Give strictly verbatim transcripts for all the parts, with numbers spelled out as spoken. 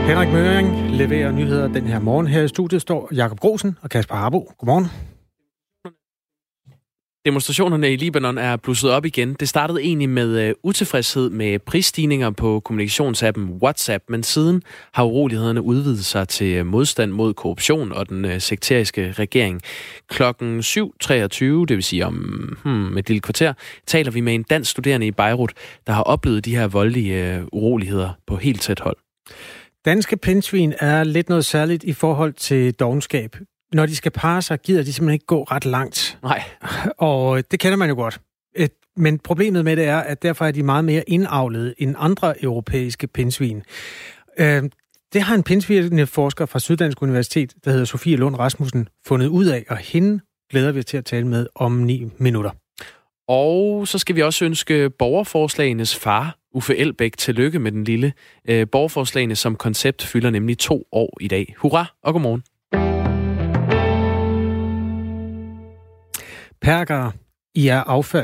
Henrik Møring leverer nyheder den her morgen. Her i studiet står Jakob Grosen og Kasper Harbo. Godmorgen. Demonstrationerne i Libanon er blusset op igen. Det startede egentlig med uh, utilfredshed med prisstigninger på kommunikationsappen WhatsApp, men siden har urolighederne udvidet sig til modstand mod korruption og den uh, sekteriske regering. Klokken syv treogtyve, det vil sige om hmm, med et lille kvarter, taler vi med en dansk studerende i Beirut, der har oplevet de her voldelige uh, uroligheder på helt tæt hold. Danske pindsvin er lidt noget særligt i forhold til dovenskab. Når de skal parre sig, gider de simpelthen ikke gå ret langt. Nej. Og det kender man jo godt. Et, men problemet med det er, at derfor er de meget mere indavlede end andre europæiske pindsvin. Øh, det har en pindsvineforsker fra Syddansk Universitet, der hedder Sofie Lund Rasmussen, fundet ud af, og hende glæder vi til at tale med om ni minutter. Og så skal vi også ønske borgerforslagenes far, Uffe Elbæk, tillykke med den lille. Øh, borgerforslagene som koncept fylder nemlig to år i dag. Hurra og godmorgen. Perkere, I er affald.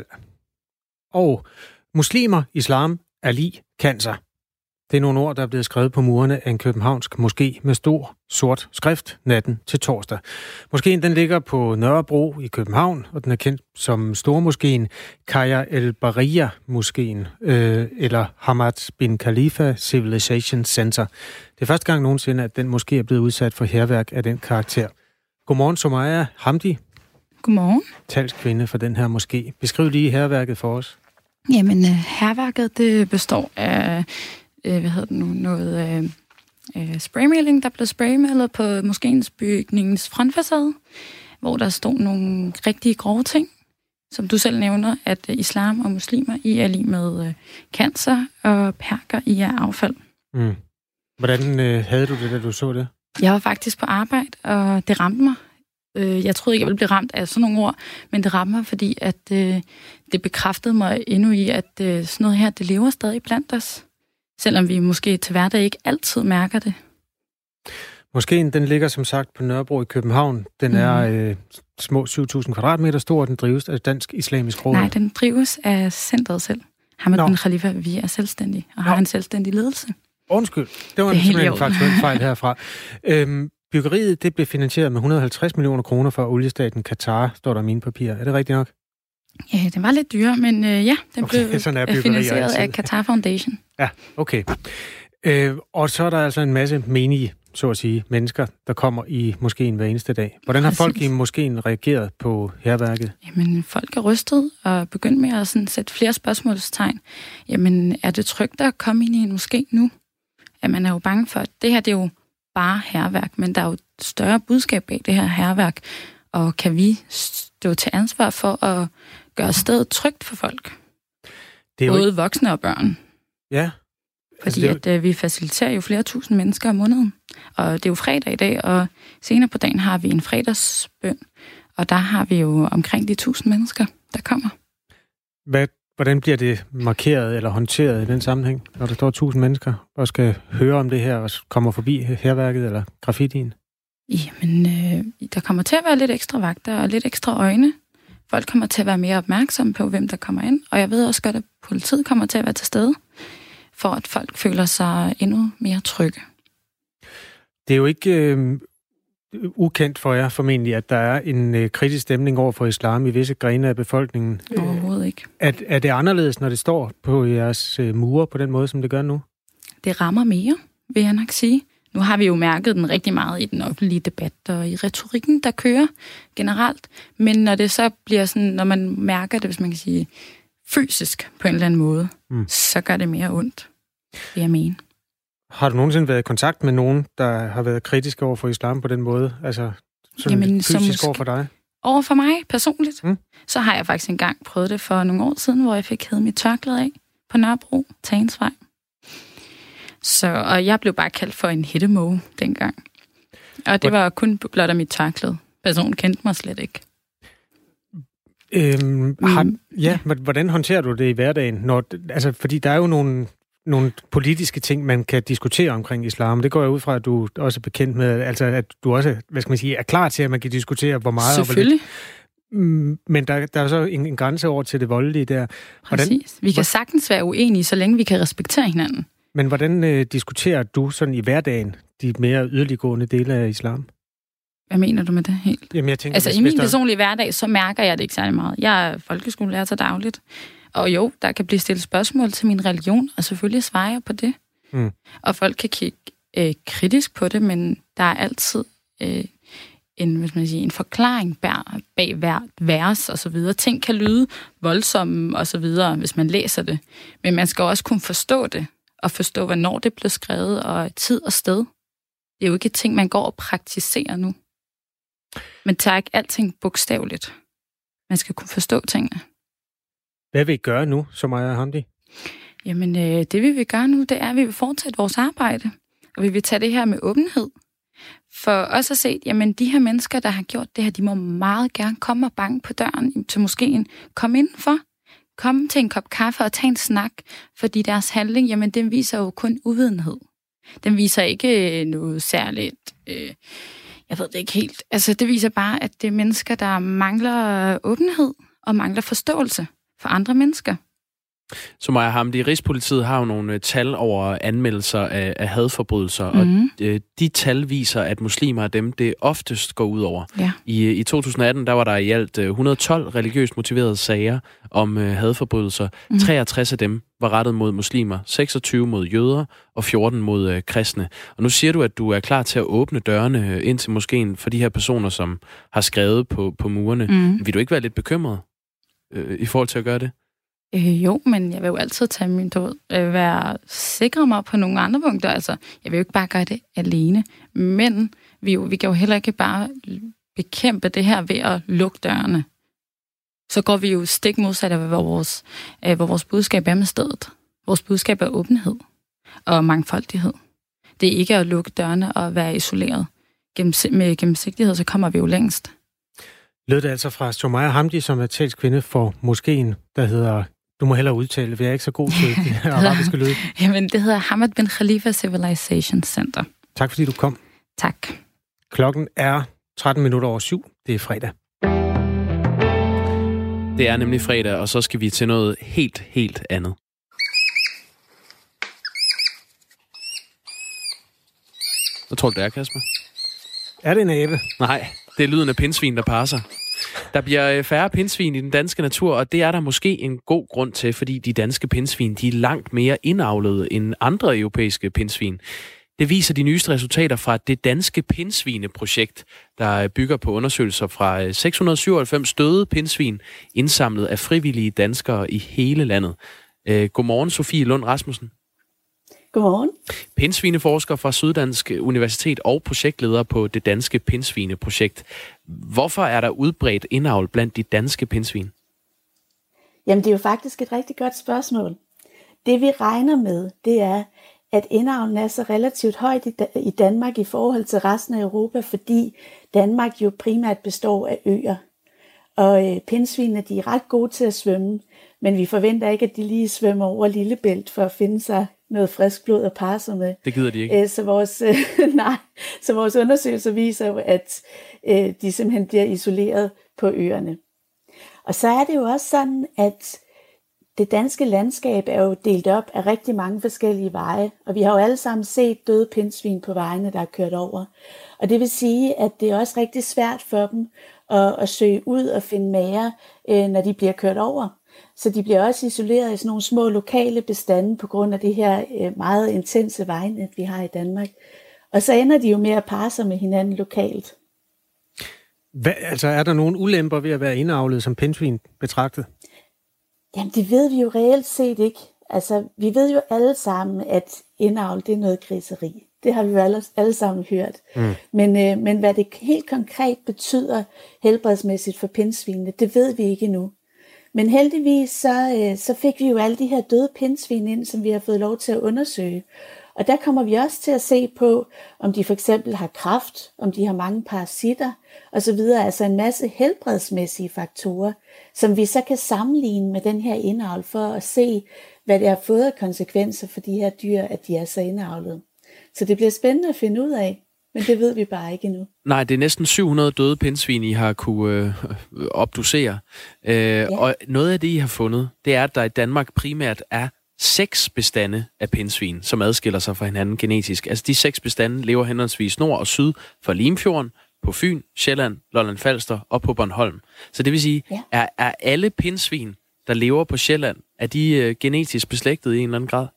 Og muslimer, islam er lig cancer. Det er nogle ord, der er blevet skrevet på murene af en københavnsk moské med stor, sort skrift natten til torsdag. Moskéen den ligger på Nørrebro i København, og den er kendt som Stormoskéen Kaya el-Baria Moskéen, øh, eller Hamad bin Khalifa Civilization Center. Det er første gang nogensinde, at den moské er blevet udsat for hærværk af den karakter. Godmorgen, Somaya Hamdi. Godmorgen. Talskvinde for den her moské. Beskriv lige hærværket for os. Jamen, hærværket det består af øh, hvad hedder det nu, noget øh, spraymaling, der blev spraymalet på moskéens bygningens frontfacade, hvor der stod nogle rigtig grove ting, som du selv nævner, at islam og muslimer I er lige med øh, cancer, og perker I er affald. Mm. Hvordan øh, havde du det, da du så det? Jeg var faktisk på arbejde, og det ramte mig. Jeg troede ikke, jeg ville blive ramt af sådan nogle ord, men det ramte mig, fordi at, øh, det bekræftede mig endnu i, at øh, sådan noget her, det lever stadig blandt os. Selvom vi måske til hverdag ikke altid mærker det. Moskéen, den ligger som sagt på Nørrebro i København. Den mm. er øh, små syv tusind kvadratmeter stor, og den drives af Dansk Islamisk Råd. Nej, den drives af centret selv. Hamad bin Khalifa, vi er selvstændige og Nå. har en selvstændig ledelse. Undskyld, det var det simpelthen en faktuel fejl herfra. øhm, Byggeriet det blev finansieret med et hundrede og halvtreds millioner kroner fra oliestaten Qatar, står der i mine papirer. Er det rigtigt nok? Ja, den var lidt dyre, men øh, ja, den okay, blev finansieret af Qatar Foundation. Ja, okay. Øh, og så er der altså en masse menige, så at sige, mennesker, der kommer i moskéen hver eneste dag. Hvordan har Præcis. folk i moskéen reageret på hærværket? Jamen, folk er rystet og begyndt med at sådan sætte flere spørgsmålstegn. Jamen, er det trygt at komme ind i en moské nu? Ja, man er jo bange for, at det her det er jo bare hærværk, men der er jo et større budskab bag det her hærværk, og kan vi stå til ansvar for at gøre stedet trygt for folk? Det er både jo... voksne og børn. Ja. Fordi altså, at, uh, vi faciliterer jo flere tusind mennesker om måneden, og det er jo fredag i dag, og senere på dagen har vi en fredagsbøn, og der har vi jo omkring de tusind mennesker, der kommer. Hvad Hvordan bliver det markeret eller håndteret i den sammenhæng, når der står tusind mennesker og skal høre om det her og kommer forbi hærværket eller graffitien? Jamen, øh, der kommer til at være lidt ekstra vagter og lidt ekstra øjne. Folk kommer til at være mere opmærksomme på, hvem der kommer ind. Og jeg ved også godt, at politiet kommer til at være til stede, for at folk føler sig endnu mere trygge. Det er jo ikke øh, ukendt for jer formentlig, at der er en øh, kritisk stemning over for islam i visse grene af befolkningen. Overhovedet ikke. Er, er det anderledes, når det står på jeres øh, mure på den måde, som det gør nu? Det rammer mere, vil jeg nok sige. Nu har vi jo mærket den rigtig meget i den offentlige debat og i retorikken, der kører generelt. Men når det så bliver sådan, når man mærker det, hvis man kan sige, fysisk på en eller anden måde, mm. så gør det mere ondt, vil jeg mene. Har du nogensinde været i kontakt med nogen, der har været kritiske over for islam på den måde? Altså sådan Jamen, fysisk over for dig? Over for mig personligt? Mm. Så har jeg faktisk engang prøvet det for nogle år siden, hvor jeg fik hævet mit tørklæde af på Nørrebro, Tagensvej. Så, og jeg blev bare kaldt for en hættemåge dengang. Og det var kun blot af mit tørklæde. Personen kendte mig slet ikke. Øhm, har, mm. Ja, hvordan håndterer du det i hverdagen? Når, altså, fordi der er jo nogle, nogle politiske ting, man kan diskutere omkring islam. Det går jeg ud fra, at du også er bekendt med. Altså, at du også, hvad skal man sige, er klar til, at man kan diskutere, hvor meget og hvor lidt. Men der, der er så en, en grænse over til det voldelige der. Hvordan, Præcis. Vi kan sagtens være uenige, så længe vi kan respektere hinanden. Men hvordan øh, diskuterer du sådan i hverdagen de mere yderliggående dele af islam? Hvad mener du med det helt? Jamen, jeg tænker, altså hvis, i min der... personlige hverdag, så mærker jeg det ikke særlig meget. Jeg er folkeskolelærer til dagligt. Og jo, der kan blive stillet spørgsmål til min religion, og selvfølgelig svarer jeg på det. Mm. Og folk kan kigge øh, kritisk på det, men der er altid øh, en, hvad skal man sige, en forklaring bag, bag hvert vers og så videre. Ting kan lyde voldsomme og så videre, hvis man læser det. Men man skal også kunne forstå det, og forstå, hvornår det blev skrevet, og tid og sted. Det er jo ikke ting, man går og praktiserer nu. Man tager ikke alting bogstaveligt. Man skal kunne forstå tingene. Hvad vil I gøre nu, Sumaya Hamdi? Jamen, øh, det vi vil gøre nu, det er, at vi vil fortsætte vores arbejde. Og vi vil tage det her med åbenhed. For os at se, jamen de her mennesker, der har gjort det her, de må meget gerne komme og banke på døren til moskeen. Kom indenfor. Kom til en kop kaffe og tage en snak. Fordi deres handling, jamen den viser jo kun uvidenhed. Den viser ikke noget særligt... Øh, jeg ved det ikke helt. Altså, det viser bare, at det er mennesker, der mangler åbenhed og mangler forståelse for andre mennesker. Sumaya Hamdi, Rigspolitiet har jo nogle tal over anmeldelser af, af hadforbrydelser, mm-hmm. og øh, de tal viser, at muslimer er dem, det oftest går ud over. Ja. I, I to tusind atten, der var der i alt et hundrede og tolv religiøst motiverede sager om øh, hadforbrydelser. Mm. treogtres af dem var rettet mod muslimer, seksogtyve mod jøder og fjorten mod øh, kristne. Og nu siger du, at du er klar til at åbne dørene ind til moskeen for de her personer, som har skrevet på, på murene. Mm. Vil du ikke være lidt bekymret øh, i forhold til at gøre det? Øh, jo, men jeg vil jo altid tage min død, øh, være sikre mig på nogle andre punkter. Altså, jeg vil jo ikke bare gøre det alene, men vi, jo, vi kan jo heller ikke bare bekæmpe det her ved at lukke dørene. Så går vi jo stik modsat af, hvad vores, øh, hvad vores budskab er med stedet. Vores budskab er åbenhed og mangfoldighed. Det er ikke at lukke dørene og være isoleret. Gennems- med gennemsigtighed, så kommer vi jo længst. Lød det altså fra Sumaya Hamdi, som er talskvinde for moskeen, der hedder... Du må hellere udtale, for jeg er ikke så god til det arabiske lyd. Jamen, det hedder Hamad bin Khalifa Civilization Center. Tak fordi du kom. Tak. Klokken er tretten minutter over syv. Det er fredag. Det er nemlig fredag, og så skal vi til noget helt, helt andet. Hvad tror du, det er, Kasper? Er det en abe? Nej, det er lyden af pindsvin, der passer. Der bliver færre pindsvin i den danske natur, og det er der måske en god grund til, fordi de danske pindsvin, de er langt mere indavlede end andre europæiske pindsvin. Det viser de nyeste resultater fra det danske pindsvineprojekt, der bygger på undersøgelser fra seks hundrede syvoghalvfems døde pindsvin, indsamlet af frivillige danskere i hele landet. Godmorgen, Sofie Lund Rasmussen. Godmorgen. Pindsvineforsker fra Syddansk Universitet og projektleder på det danske pindsvineprojekt. Hvorfor er der udbredt indavl blandt de danske pindsvin? Jamen, det er jo faktisk et rigtig godt spørgsmål. Det vi regner med, det er, at indavlen er så relativt højt i Danmark i forhold til resten af Europa, fordi Danmark jo primært består af øer. Og øh, pindsvinene, de er ret gode til at svømme, men vi forventer ikke, at de lige svømmer over Lillebælt for at finde sig noget frisk blod at parre sig med. Det gider de ikke. Så vores, øh, nej, så vores undersøgelser viser jo, at øh, de simpelthen bliver isoleret på øerne. Og så er det jo også sådan, at det danske landskab er jo delt op af rigtig mange forskellige veje, og vi har jo alle sammen set døde pindsvin på vejene, der er kørt over. Og det vil sige, at det er også rigtig svært for dem at, at søge ud og finde mager, øh, når de bliver kørt over. Så de bliver også isoleret i sådan nogle små lokale bestande på grund af det her øh, meget intense vejnet, vi har i Danmark. Og så ender de jo med at parre sig med hinanden lokalt. Hvad, altså er der nogle ulemper ved at være indavlet som pindsvin betragtet? Jamen det ved vi jo reelt set ikke. Altså vi ved jo alle sammen, at indavl det er noget griseri. Det har vi jo alle, alle sammen hørt. Mm. Men, øh, men hvad det helt konkret betyder helbredsmæssigt for pindsvinene, det ved vi ikke endnu. Men heldigvis så, øh, så fik vi jo alle de her døde pindsvin ind, som vi har fået lov til at undersøge. Og der kommer vi også til at se på, om de for eksempel har kræft, om de har mange parasitter osv. Altså en masse helbredsmæssige faktorer, som vi så kan sammenligne med den her indavl for at se, hvad det har fået af konsekvenser for de her dyr, at de er så indavlede. Så det bliver spændende at finde ud af, men det ved vi bare ikke endnu. Nej, det er næsten syv hundrede døde pindsvin, I har kunne øh, obducere. Øh, ja. Og noget af det, I har fundet, det er, at der i Danmark primært er seks bestande af pindsvin, som adskiller sig fra hinanden genetisk. Altså de seks bestande lever henholdsvis nord og syd for Limfjorden, på Fyn, Sjælland, Lolland Falster og på Bornholm. Så det vil sige, ja. er, er alle pindsvin, der lever på Sjælland, er de øh, genetisk beslægtet i en eller anden grad?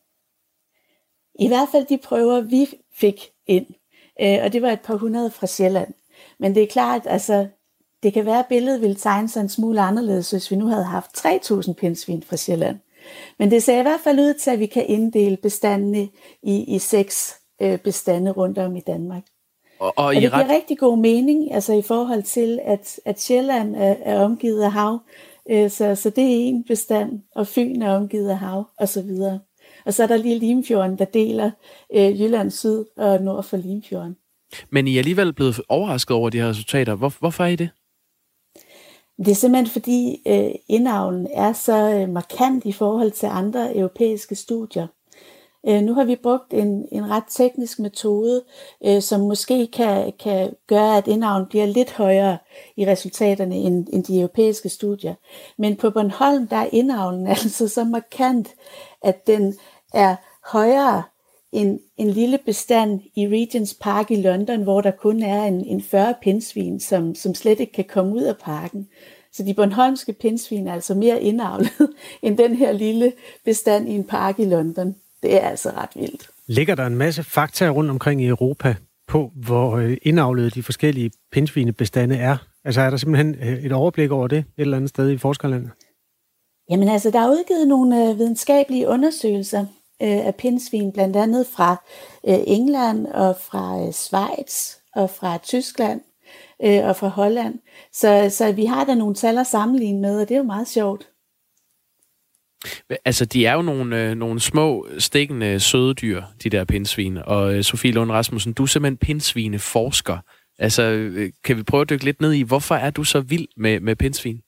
I hvert fald de prøver, vi fik ind, øh, og det var et par hundrede fra Sjælland. Men det er klart, altså, det kan være, at billedet ville tegne sig en smule anderledes, hvis vi nu havde haft tre tusind pindsvin fra Sjælland. Men det ser i hvert fald ud til, at vi kan inddele bestandene i, i seks øh, bestande rundt om i Danmark. Og, og, og det giver ret... rigtig god mening, altså i forhold til, at, at Sjælland er, er omgivet af hav, øh, så, så det er en bestand, og Fyn er omgivet af hav, og så videre. Og så er der lige Limfjorden, der deler øh, Jylland syd og nord for Limfjorden. Men I er alligevel blevet overrasket over de her resultater. Hvor, hvorfor er I det? Det er simpelthen fordi øh, indavlen er så øh, markant i forhold til andre europæiske studier. Øh, nu har vi brugt en, en ret teknisk metode, øh, som måske kan, kan gøre, at indavlen bliver lidt højere i resultaterne end, end de europæiske studier. Men på Bornholm, der er indavlen altså så markant, at den er højere end en lille bestand i Regent's Park i London, hvor der kun er en, en fyrre pindsvin, som, som slet ikke kan komme ud af parken. Så de bornholmske pindsvin er altså mere indavlet end den her lille bestand i en park i London. Det er altså ret vildt. Ligger der en masse fakta rundt omkring i Europa på, hvor indavlede de forskellige pindsvinebestande er? Altså er der simpelthen et overblik over det et eller andet sted i forskerlandet? Jamen altså, der er udgivet nogle videnskabelige undersøgelser øh, af pindsvin, blandt andet fra øh, England og fra øh, Schweiz og fra Tyskland øh, og fra Holland. Så, så vi har da nogle tal at sammenligne med, og det er jo meget sjovt. Altså, de er jo nogle, øh, nogle små, stikkende, søde dyr, de der pindsvin. Og øh, Sofie Lund Rasmussen, du er simpelthen pindsvineforsker. Altså, øh, kan vi prøve at dykke lidt ned i, hvorfor er du så vild med, med pindsvin?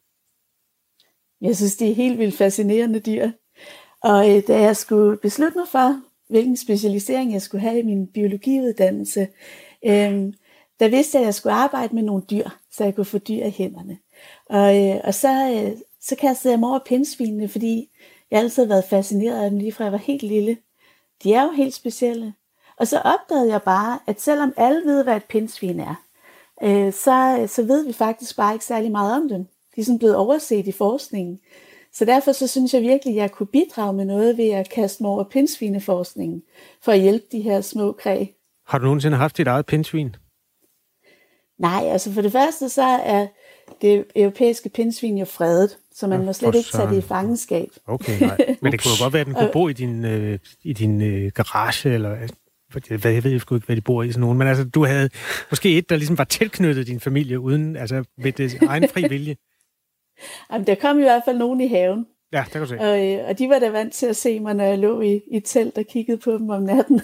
Jeg synes, det er helt vildt fascinerende dyr. Og øh, da jeg skulle beslutte mig for, hvilken specialisering jeg skulle have i min biologiuddannelse, øh, der vidste jeg, at jeg skulle arbejde med nogle dyr, så jeg kunne få dyr i hænderne. Og, øh, og så, øh, så kastede jeg mig over pindsvinene, fordi jeg altid har været fascineret af dem, lige fra jeg var helt lille. De er jo helt specielle. Og så opdagede jeg bare, at selvom alle ved, hvad et pindsvin er, øh, så, så ved vi faktisk bare ikke særlig meget om dem. De er sådan blevet overset i forskningen. Så derfor så synes jeg virkelig, at jeg kunne bidrage med noget ved at kaste mig over pindsvineforskningen, for at hjælpe de her små kræ. Har du nogensinde haft dit eget pindsvin? Nej, altså for det første så er det europæiske pindsvin jo fredet, så man ja, må slet ikke tage det i fangenskab. Okay, nej. Men det kunne jo godt være, at den kunne bo i din, øh, i din øh, garage, eller jeg ved jeg sgu ikke, hvad de bor i sådan nogen, men altså du havde måske et, der ligesom var tilknyttet din familie, uden, altså med det egen fri vilje. Jamen, der kom i hvert fald nogen i haven. Ja, det kan du se. Og, øh, og de var da vant til at se mig, når jeg lå i, i et telt og kiggede på dem om natten.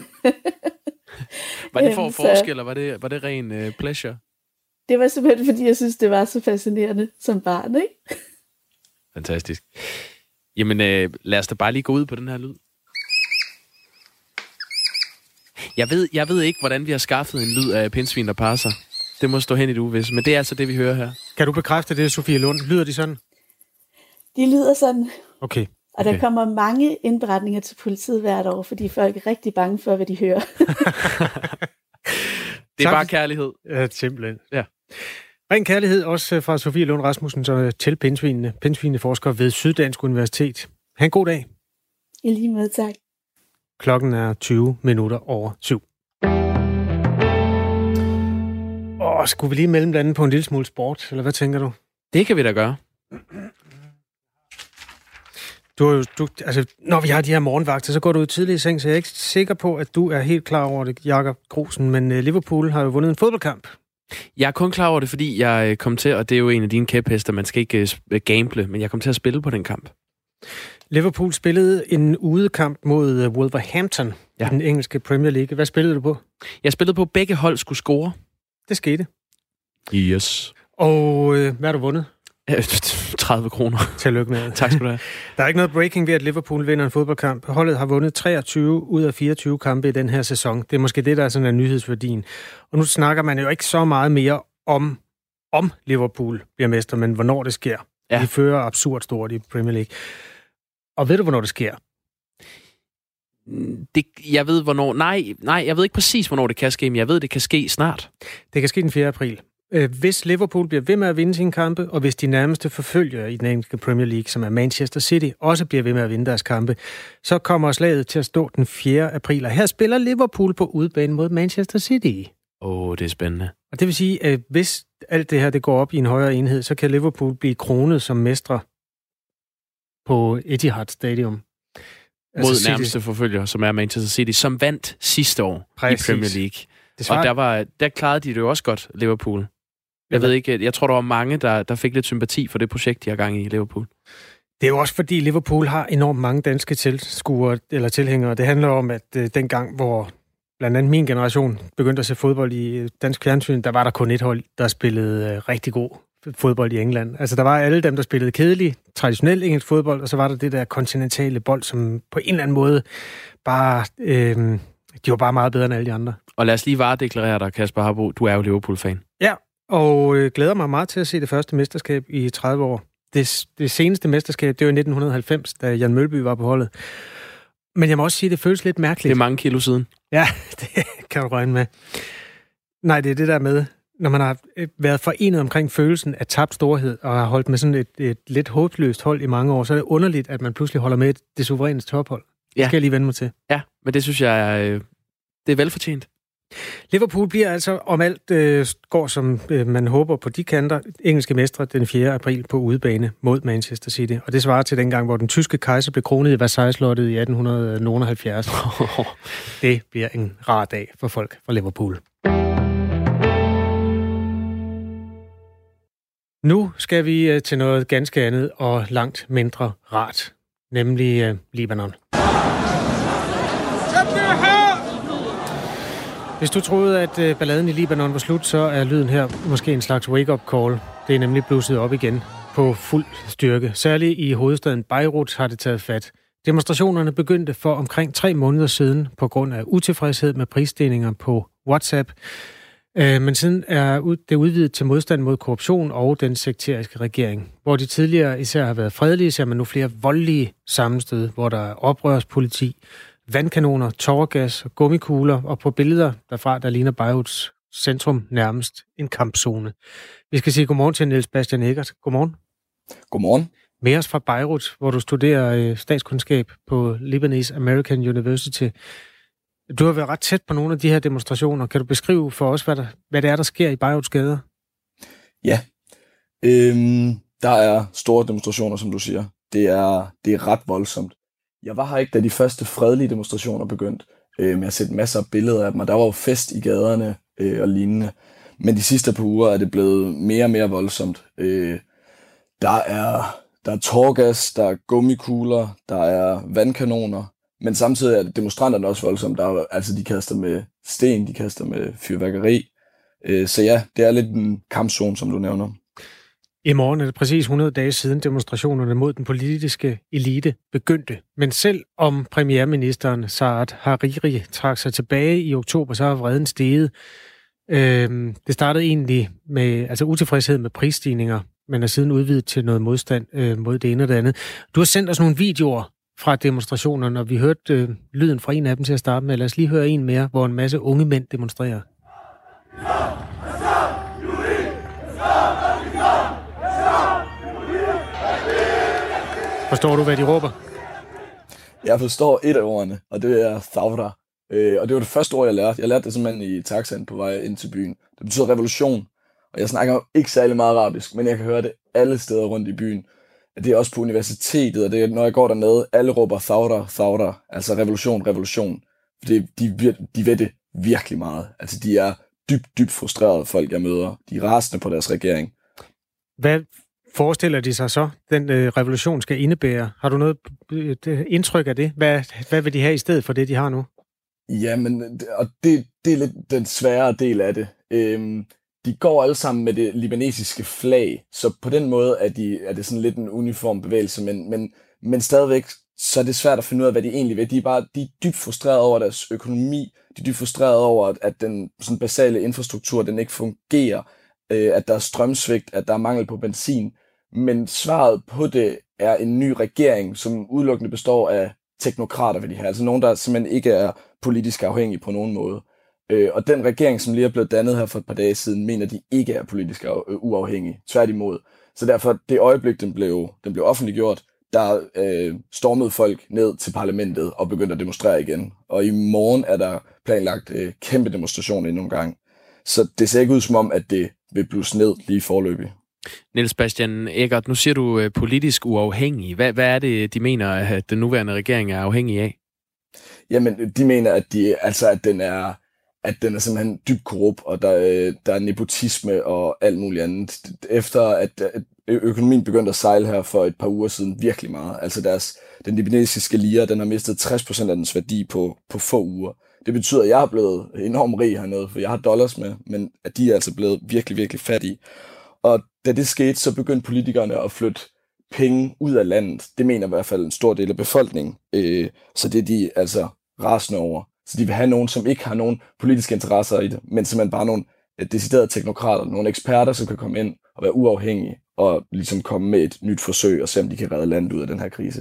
Var det for at forske, eller var det, var det ren uh, pleasure? Det var simpelthen, fordi jeg synes, det var så fascinerende som barn, ikke? Fantastisk. Jamen, øh, lad os da bare lige gå ud på den her lyd. Jeg ved, jeg ved ikke, hvordan vi har skaffet en lyd af pindsvin, der passer. Det må stå hen i det uvisse, men det er altså det, vi hører her. Kan du bekræfte det, Sofie Lund? Lyder de sådan? De lyder sådan. Okay. Okay. Og der kommer mange indberetninger til politiet hvert år, fordi folk er rigtig bange for, hvad de hører. Det er bare kærlighed. Ja, simpelthen. Ja. Ren kærlighed også fra Sofie Lund Rasmussen til pindsvinene, pindsvineforsker ved Syddansk Universitet. Ha' en god dag. I lige måde, tak. Klokken er tyve minutter over syv. Åh, skulle vi lige mellemlande på en lille smule sport, eller hvad tænker du? Det kan vi da gøre. Du er jo, du, altså, når vi har de her morgenvagter, så går du jo tidligt i seng, så jeg er ikke sikker på, at du er helt klar over det, Jakob Grusen, men uh, Liverpool har jo vundet en fodboldkamp. Jeg er kun klar over det, fordi jeg kom til, og det er jo en af dine kæphester, man skal ikke uh, gamble, men jeg kom til at spille på den kamp. Liverpool spillede en udekamp mod uh, Wolverhampton ja. i den engelske Premier League. Hvad spillede du på? Jeg spillede på, at begge hold skulle score. Det skete. Yes. Og uh, hvad har du vundet? tredive kroner. Tillykke med. Tak skal du have. Der er ikke noget breaking ved, at Liverpool vinder en fodboldkamp. Holdet har vundet treogtyve ud af fireogtyve kampe i den her sæson. Det er måske det, der er sådan en nyhedsværdien. Og nu snakker man jo ikke så meget mere om, om Liverpool bliver mester, men hvornår det sker. Ja. De fører absurd stort i Premier League. Og ved du, hvornår det sker? Det, jeg ved, hvornår... Nej, nej, jeg ved ikke præcis, hvornår det kan ske, men jeg ved, det kan ske snart. Det kan ske den fjerde april. Hvis Liverpool bliver ved med at vinde sine kampe, og hvis de nærmeste forfølgere i den engelske Premier League, som er Manchester City, også bliver ved med at vinde deres kampe, så kommer slaget til at stå den fjerde april. Og her spiller Liverpool på udebane mod Manchester City. Åh, oh, det er spændende. Og det vil sige, at hvis alt det her det går op i en højere enhed, så kan Liverpool blive kronet som mestre på Etihad Stadium. Mod altså nærmeste forfølger, som er Manchester City, som vandt sidste år Præcis. i Premier League. Svarer... Og der, var, der klarede de det jo også godt, Liverpool. Jeg ved ikke, jeg tror, der var mange, der, der fik lidt sympati for det projekt, de har gang i Liverpool. Det er jo også fordi, Liverpool har enormt mange danske tilskuere eller tilhængere. Det handler om, at øh, dengang, hvor blandt andet min generation begyndte at se fodbold i dansk fjernsyn, der var der kun et hold, der spillede øh, rigtig god fodbold i England. Altså, der var alle dem, der spillede kedelig, traditionel engelsk fodbold, og så var der det der kontinentale bold, som på en eller anden måde bare... Øh, de var bare meget bedre end alle de andre. Og lad os lige varedeklarere dig, Kasper Harbo. Du er jo Liverpool-fan. Ja, og øh, glæder mig meget til at se det første mesterskab i tredive år. Det, det seneste mesterskab, det var i nitten halvfems, da Jan Mølby var på holdet. Men jeg må også sige, at det føles lidt mærkeligt. Det er mange kilo siden. Ja, det kan du regne med. Nej, det er det der med, når man har været forenet omkring følelsen af tabt storhed, og har holdt med sådan et, et lidt håbløst hold i mange år, så er det underligt, at man pludselig holder med det suveræne tophold. Det ja. skal jeg lige vende mig til. Ja, men det synes jeg er, det er velfortjent. Liverpool bliver altså, om alt øh, går, som øh, man håber på de kanter, engelske mestre den fjerde april på udebane mod Manchester City. Og det svarer til dengang, hvor den tyske kejser blev kronet i Versailles-slottet i atten halvfjerds. Det bliver en rar dag for folk fra Liverpool. Nu skal vi øh, til noget ganske andet og langt mindre rart, nemlig øh, Libanon. Hvis du troede, at øh, balladen i Libanon var slut, så er lyden her måske en slags wake-up call. Det er nemlig blusset op igen på fuld styrke. Særligt i hovedstaden Beirut har det taget fat. Demonstrationerne begyndte for omkring tre måneder siden på grund af utilfredshed med prisstigninger på WhatsApp. Øh, men siden er det udvidet til modstand mod korruption og den sekteriske regering. Hvor de tidligere især har været fredelige, ser man nu flere voldelige sammenstød, hvor der er oprørspoliti, vandkanoner, tåregas og gummikugler, og på billeder derfra, der ligner Beiruts centrum nærmest en kampzone. Vi skal sige godmorgen til Niels Bastian Eggert. Godmorgen. Godmorgen. Med os fra Beirut, hvor du studerer statskundskab på Lebanese American University. Du har været ret tæt på nogle af de her demonstrationer. Kan du beskrive for os, hvad, der, hvad det er, der sker i Beiruts gader? Ja, øhm, der er store demonstrationer, som du siger. Det er, det er ret voldsomt. Jeg var her ikke, da de første fredelige demonstrationer begyndte. Øh, jeg har set masser af billeder af dem, og der var jo fest i gaderne øh, og lignende. Men de sidste par uger er det blevet mere og mere voldsomt. Øh, der er, der er tårgas, der er gummikugler, der er vandkanoner. Men samtidig er demonstranterne også voldsomt. Der er, altså, de kaster med sten, de kaster med fyrværkeri. Øh, så ja, det er lidt en kampzone, som du nævner. I morgen er det præcis hundrede dage siden demonstrationerne mod den politiske elite begyndte. Men selv om premierministeren Saad Hariri trak sig tilbage i oktober, så har vreden steget. Øh, det startede egentlig med altså utilfredshed med prisstigninger, men er siden udvidet til noget modstand øh, mod det ene og det andet. Du har sendt os nogle videoer fra demonstrationerne, og vi hørte øh, lyden fra en af dem til at starte med. Lad os lige høre en mere, hvor en masse unge mænd demonstrerer. Forstår du, hvad de råber? Jeg forstår et af ordene, og det er Thawra. Øh, og det var det første ord, jeg lærte. Jeg lærte det simpelthen i taxaen på vej ind til byen. Det betyder revolution, og jeg snakker ikke særlig meget arabisk, men jeg kan høre det alle steder rundt i byen. Det er også på universitetet, og det er, når jeg går dernede, alle råber Thawra, Thawra, altså revolution, revolution. Fordi de, de ved det virkelig meget. Altså, de er dybt, dybt frustrerede folk, jeg møder. De er rasende på deres regering. Hvad forestiller de sig så, den øh, revolution skal indebære? Har du noget øh, indtryk af det? Hvad, hvad vil de have i stedet for det, de har nu? Jamen, og det, det er lidt den svære del af det. Øhm, de går alle sammen med det libanesiske flag, så på den måde er, de, er det sådan lidt en uniform bevægelse, men, men, men stadigvæk så er det svært at finde ud af, hvad de egentlig vil. De er bare de er dybt frustrerede over deres økonomi, de er dybt frustrerede over, at den sådan basale infrastruktur, den ikke fungerer, øh, at der er strømsvigt, at der er mangel på benzin. Men svaret på det er en ny regering, som udelukkende består af teknokrater vil de have, altså nogen, der simpelthen ikke er politisk afhængige på nogen måde. Øh, og den regering, som lige er blevet dannet her for et par dage siden, mener de ikke er politisk uafhængige, tværtimod. Så derfor, det øjeblik, den blev, den blev offentliggjort, der øh, stormede folk ned til parlamentet og begyndte at demonstrere igen. Og i morgen er der planlagt øh, kæmpe demonstrationer endnu en gang. Så det ser ikke ud som om, at det vil blusse ned lige forløbig. Niels Bastian Eggert, nu siger du øh, politisk uafhængig. Hvad, hvad er det, de mener, at den nuværende regering er afhængig af? Jamen, de mener, at, de, altså, at, den, er, at den er simpelthen dybt korrupt, og der, øh, der er nepotisme og alt muligt andet. Efter at, at økonomien begyndte at sejle her for et par uger siden virkelig meget. Altså deres, den libanesiske lira, den har mistet tres procent af dens værdi på, på få uger. Det betyder, at jeg er blevet enormt rig hernede, for jeg har dollars med, men at de er altså blevet virkelig, virkelig fattige. Og da det skete, så begyndte politikerne at flytte penge ud af landet. Det mener i hvert fald en stor del af befolkningen. Øh, så det er de altså rasende over. Så de vil have nogen, som ikke har nogen politiske interesser i det, men simpelthen bare nogle deciderede teknokrater, nogle eksperter, som kan komme ind og være uafhængige og ligesom komme med et nyt forsøg og se, om de kan redde landet ud af den her krise.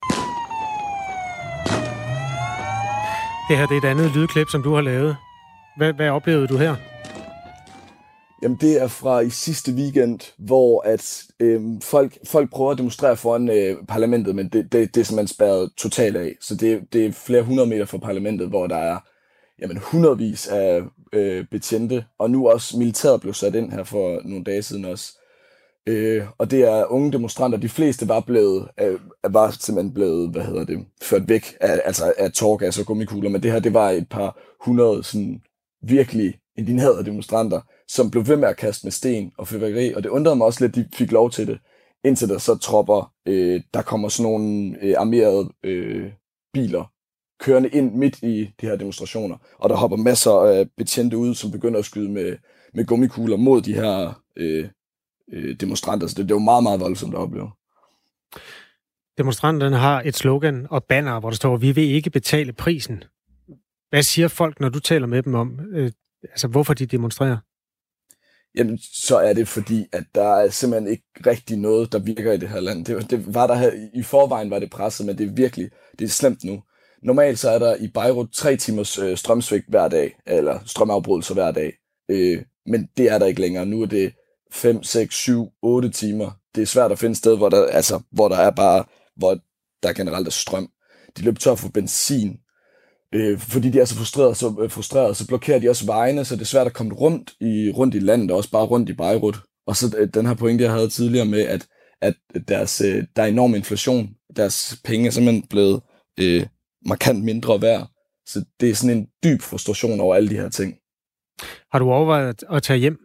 Det her det er et andet lydklip, som du har lavet. Hvad, hvad oplevede du her? Jamen, det er fra i sidste weekend, hvor at øh, folk, folk prøver at demonstrere foran øh, parlamentet, men det, det, det er simpelthen spærret totalt af. Så det, det er flere hundrede meter fra parlamentet, hvor der er jamen, hundredvis af øh, betjente, og nu også militæret blev sat ind her for nogle dage siden også. Øh, og det er unge demonstranter. De fleste var blevet, øh, var simpelthen blevet, hvad hedder det, ført væk af, altså af tårgas og gummikugler, men det her, det var et par hundrede sådan virkelig indignerede demonstranter, som blev ved med at kaste med sten og fyrværkeri, og det undrede mig også lidt, at de fik lov til det, indtil der så tropper, øh, der kommer sådan nogle øh, armerede øh, biler kørende ind midt i de her demonstrationer, og der hopper masser af betjente ud, som begynder at skyde med, med gummikugler mod de her øh, øh, demonstranter, så det, det var meget, meget voldsomt at opleve. Demonstranterne har et slogan og banner, hvor der står, vi vil ikke betale prisen. Hvad siger folk, når du taler med dem om, øh, altså hvorfor de demonstrerer? Jamen, så er det fordi, at der er simpelthen ikke rigtig noget, der virker i det her land. Det, det var der her, i forvejen var det presset, men det er virkelig, det er slemt nu. Normalt så er der i Beirut tre timers øh, strømsvigt hver dag, eller strømafbrydelser hver dag. Øh, men det er der ikke længere. Nu er det fem, seks, syv, otte timer. Det er svært at finde et sted, hvor der, altså, hvor der er bare, hvor der generelt er strøm. De løber tør for benzin. Øh, fordi de er så frustrerede, så, øh, frustrerede, så blokerer de også vejene, så det er svært at komme rundt i, rundt i landet, og også bare rundt i Beirut. Og så øh, den her pointe, jeg havde tidligere med, at, at deres, øh, der er enorm inflation. Deres penge er simpelthen blevet øh, markant mindre værd. Så det er sådan en dyb frustration over alle de her ting. Har du overvejet at tage hjem?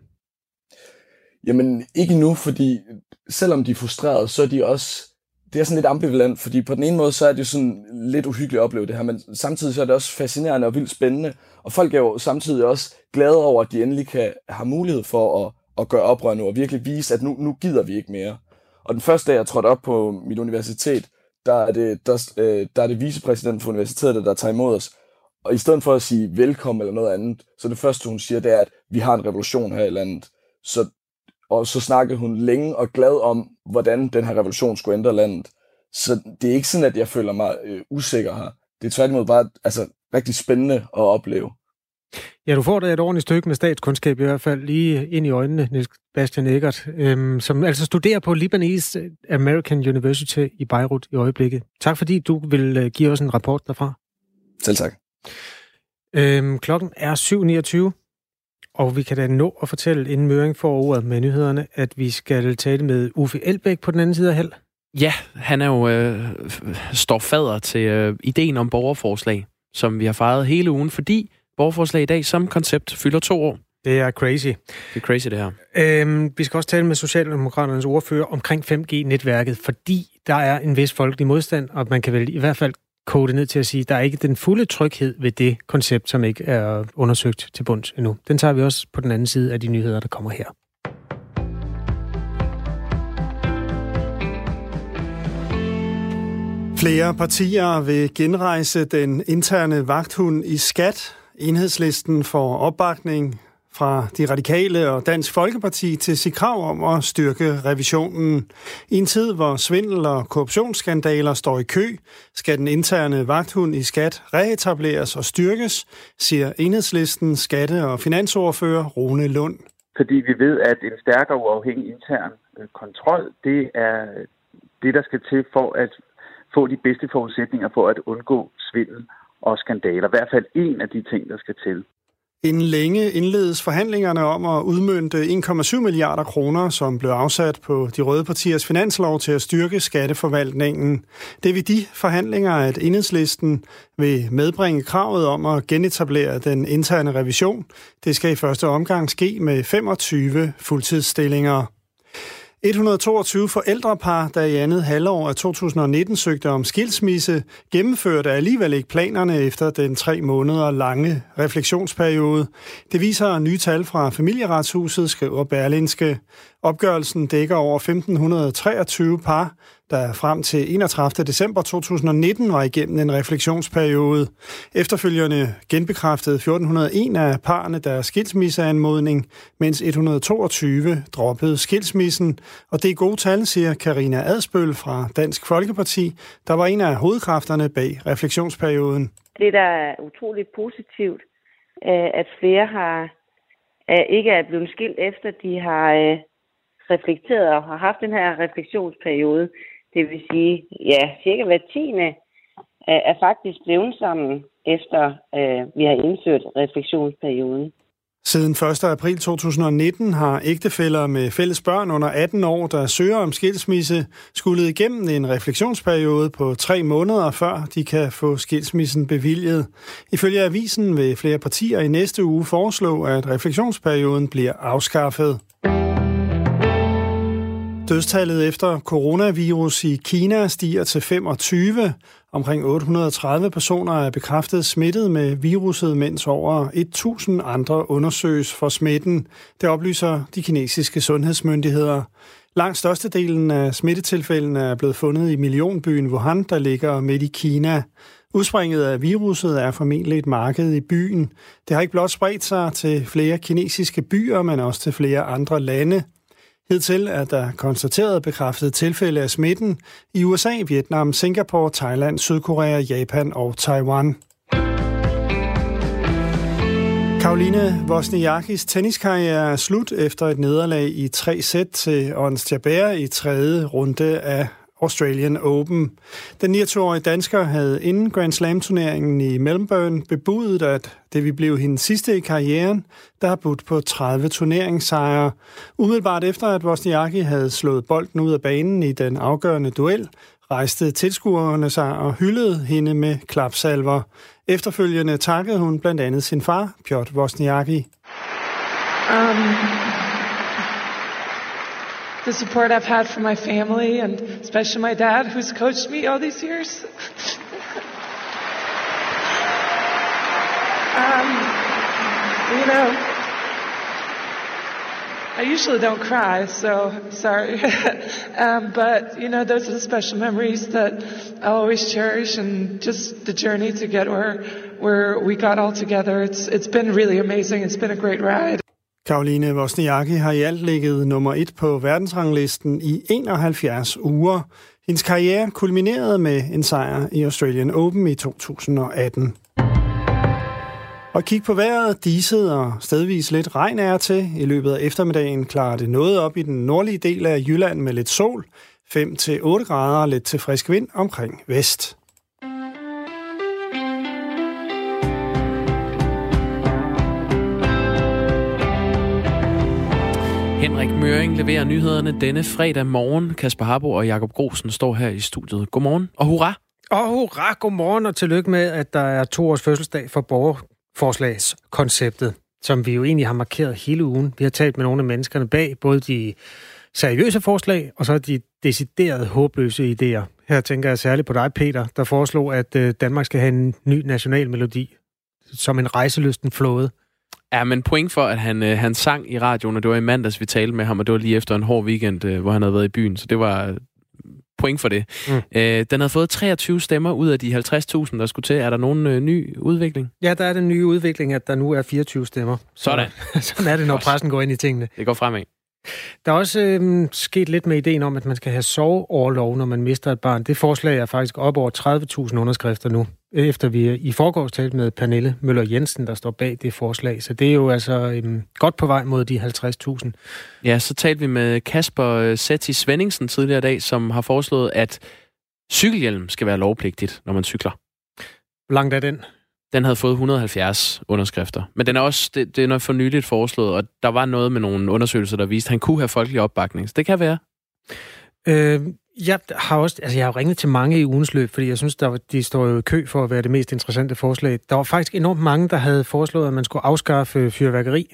Jamen, ikke nu, fordi selvom de er frustrerede, så er de også... Det er sådan lidt ambivalent, fordi på den ene måde, så er det jo sådan lidt uhyggeligt at opleve det her, men samtidig så er det også fascinerende og vildt spændende, og folk er jo samtidig også glade over, at de endelig kan have mulighed for at, at gøre oprør nu, og virkelig vise, at nu, nu gider vi ikke mere. Og den første dag, jeg trådte op på mit universitet, der er det, der, øh, der er det vicepræsidenten for universitetet, der tager imod os, og i stedet for at sige velkommen eller noget andet, så det første, hun siger, det er, at vi har en revolution her i landet. Så Og så snakkede hun længe og glad om, hvordan den her revolution skulle ændre landet. Så det er ikke sådan, at jeg føler mig øh, usikker her. Det er tværtimod bare altså, rigtig spændende at opleve. Ja, du får da et ordentligt stykke med statskundskab i hvert fald lige ind i øjnene, Niels Bastian Eggert, øhm, som altså studerer på Libanese American University i Beirut i øjeblikket. Tak fordi du vil give os en rapport derfra. Selv tak. Øhm, klokken er syv niogtyve. Og vi kan da nå at fortælle, inden Møring får ordet med nyhederne, at vi skal tale med Uffe Elbæk på den anden side af Held. Ja, han er jo øh, står fader til øh, ideen om borgerforslag, som vi har fejret hele ugen, fordi borgerforslag i dag som koncept fylder to år. Det er crazy. Det er crazy, det her. Øhm, vi skal også tale med Socialdemokraternes ordfører omkring fem G-netværket, fordi der er en vis folkelig modstand, og man kan vel i hvert fald kode ned til at sige, at der er ikke den fulde tryghed ved det koncept, som ikke er undersøgt til bunds endnu. Den tager vi også på den anden side af de nyheder, der kommer her. Flere partier vil genrejse den interne vagthund i Skat. Enhedslisten får opbakning fra De Radikale og Dansk Folkeparti til sit krav om at styrke revisionen. I en tid, hvor svindel og korruptionsskandaler står i kø, skal den interne vagthund i skat reetableres og styrkes, siger Enhedslistens skatte- og finansordfører Rune Lund. Fordi vi ved, at en stærkere uafhængig intern kontrol, det er det, der skal til for at få de bedste forudsætninger for at undgå svindel og skandaler. I hvert fald en af de ting, der skal til. Inden længe indledes forhandlingerne om at udmønte en komma syv milliarder kroner, som blev afsat på de røde partiers finanslov til at styrke skatteforvaltningen. Det er ved de forhandlinger, at Enhedslisten vil medbringe kravet om at genetablere den interne revision. Det skal i første omgang ske med femogtyve fuldtidsstillinger. et hundrede og toogtyve forældrepar, der i andet halvår af to tusind og nitten søgte om skilsmisse, gennemførte alligevel ikke planerne efter den tre måneder lange refleksionsperiode. Det viser nye tal fra Familieretshuset, skriver Berlingske. Opgørelsen dækker over femten treogtyve par, der frem til enogtredivte december to tusind og nitten var igennem en refleksionsperiode. Efterfølgende genbekræftede fjorten hundrede og en af parerne deres skilsmisseanmodning, mens et hundrede og toogtyve droppede skilsmissen. Og det er gode tal, siger Karina Adspøl fra Dansk Folkeparti, der var en af hovedkræfterne bag refleksionsperioden. Det, der er utroligt positivt, at flere har ikke er blevet skilt efter, de har reflekteret og har haft den her refleksionsperiode. Det vil sige, ja, cirka hver tiende er faktisk blevet sammen, efter øh, vi har indført refleksionsperioden. Siden første april to tusind og nitten har ægtefæller med fælles børn under atten år, der søger om skilsmisse, skulle igennem en refleksionsperiode på tre måneder, før de kan få skilsmissen bevilget. Ifølge avisen vil flere partier i næste uge foreslå, at refleksionsperioden bliver afskaffet. Dødstallet efter coronavirus i Kina stiger til femogtyve. Omkring otte hundrede og tredive personer er bekræftet smittet med viruset, mens over tusind andre undersøges for smitten. Det oplyser de kinesiske sundhedsmyndigheder. Langt størstedelen af smittetilfældene er blevet fundet i millionbyen Wuhan, der ligger midt i Kina. Udspringet af viruset er formentlig et marked i byen. Det har ikke blot spredt sig til flere kinesiske byer, men også til flere andre lande. Hidtil er der konstateret bekræftede tilfælde af smitten i U S A, Vietnam, Singapore, Thailand, Sydkorea, Japan og Taiwan. Caroline Wozniackis tenniskarriere er slut efter et nederlag i tre sæt til Ons Jabeur i tredje runde af Australian Open. Den niogtyve-årige dansker havde inden Grand Slam-turneringen i Melbourne bebudet, at det ville blive hendes sidste i karrieren, der har budt på tredive turneringssejre. Umiddelbart efter, at Wozniacki havde slået bolden ud af banen i den afgørende duel, rejste tilskuerne sig og hyldede hende med klapsalver. Efterfølgende takkede hun blandt andet sin far, Piotr Wozniacki. Um... The support I've had from my family, and especially my dad, who's coached me all these years. um, you know, I usually don't cry, so sorry. um, but, you know, those are the special memories that I'll always cherish, and just the journey to get where, where we got all together. It's, it's been really amazing. It's been a great ride. Caroline Wozniacki har i alt ligget nummer et på verdensranglisten i enoghalvfjerds uger. Hendes karriere kulminerede med en sejr i Australian Open i to tusind og atten. Og kig på vejret, diset og stedvis lidt regn er til. I løbet af eftermiddagen klarer det noget op i den nordlige del af Jylland med lidt sol. fem til otte grader og lidt til frisk vind omkring vest. Henrik Møring leverer nyhederne denne fredag morgen. Kasper Harbo og Jakob Grosen står her i studiet. Godmorgen og hurra! Og hurra, godmorgen og tillykke med, at der er to års fødselsdag for borgerforslagskonceptet, som vi jo egentlig har markeret hele ugen. Vi har talt med nogle af menneskerne bag, både de seriøse forslag og så de deciderede håbløse idéer. Her tænker jeg særligt på dig, Peter, der foreslog, at Danmark skal have en ny national melodi som en rejselysten flåde. Ja, men point for, at han, øh, han sang i radioen, og det var i mandags, vi talte med ham, og det var lige efter en hård weekend, øh, hvor han havde været i byen. Så det var point for det. Mm. Øh, den havde fået treogtyve stemmer ud af de halvtreds tusind, der skulle til. Er der nogen øh, ny udvikling? Ja, der er den nye udvikling, at der nu er fireogtyve stemmer. Sådan. Sådan er det, når pressen går ind i tingene. Det går fremad. Der er også øh, sket lidt med ideen om, at man skal have sorgorlov, når man mister et barn. Det forslag er faktisk op over tredive tusind underskrifter nu, efter vi i forgårs talte med Pernille Møller Jensen, der står bag det forslag. Så det er jo altså øh, godt på vej mod de halvtreds tusind. Ja, så talte vi med Kasper Setti Svenningsen tidligere i dag, som har foreslået, at cykelhjelm skal være lovpligtigt, når man cykler. Hvor langt er den? Den havde fået et hundrede og halvfjerds underskrifter. Men den er også, det, det er noget for nyligt foreslået, og der var noget med nogle undersøgelser, der viste, at han kunne have folkelig opbakning. Så det kan være. Øh, jeg har også, altså jeg har jo ringet til mange i ugens løb, fordi jeg synes, der var, de står jo i kø for at være det mest interessante forslag. Der var faktisk enormt mange, der havde foreslået, at man skulle afskaffe fyrværkeri.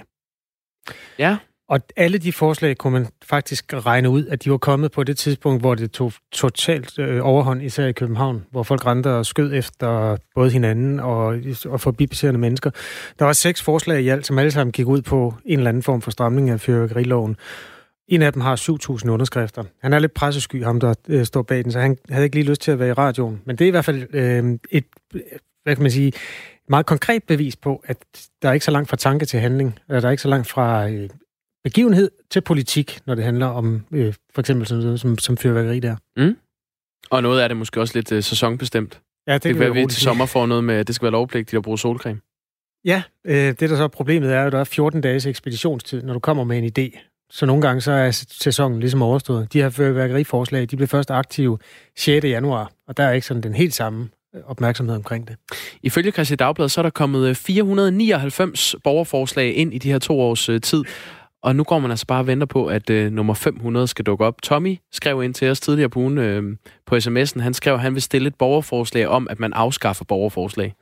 Ja. Og alle de forslag kunne man faktisk regne ud, at de var kommet på det tidspunkt, hvor det tog totalt øh, overhånd, især i København, hvor folk rendte og skød efter både hinanden og, og forbipasserende mennesker. Der var seks forslag i alt, som alle sammen gik ud på en eller anden form for stramning af fyrværkeriloven. En af dem har syv tusind underskrifter. Han er lidt pressesky, ham der øh, står bag den, så han havde ikke lige lyst til at være i radioen. Men det er i hvert fald øh, et, hvad kan man sige, meget konkret bevis på, at der er ikke så langt fra tanke til handling. Der er ikke så langt fra øh, begivenhed til politik, når det handler om øh, for eksempel sådan noget som, som fyrværkeri der. Mm. Og noget af det måske også lidt øh, sæsonbestemt. Ja, det, det kan være, at vi til sommer får noget med, at det skal være lovpligtigt at bruge solcreme. Ja, øh, det der så er problemet er, at der er fjorten dages ekspeditionstid, når du kommer med en idé. Så nogle gange så er sæsonen ligesom overstået. De her fyrværkeriforslag, de blev først aktive sjette januar, og der er ikke sådan den helt samme opmærksomhed omkring det. Ifølge Kristeligt Dagblad, så er der kommet fire hundrede og nioghalvfems borgerforslag ind i de her to års øh, tid, og nu går man altså bare og venter på, at øh, nummer fem hundrede skal dukke op. Tommy skrev ind til os tidligere på ugen øh, på sms'en. Han skrev, at han vil stille et borgerforslag om, at man afskaffer borgerforslag.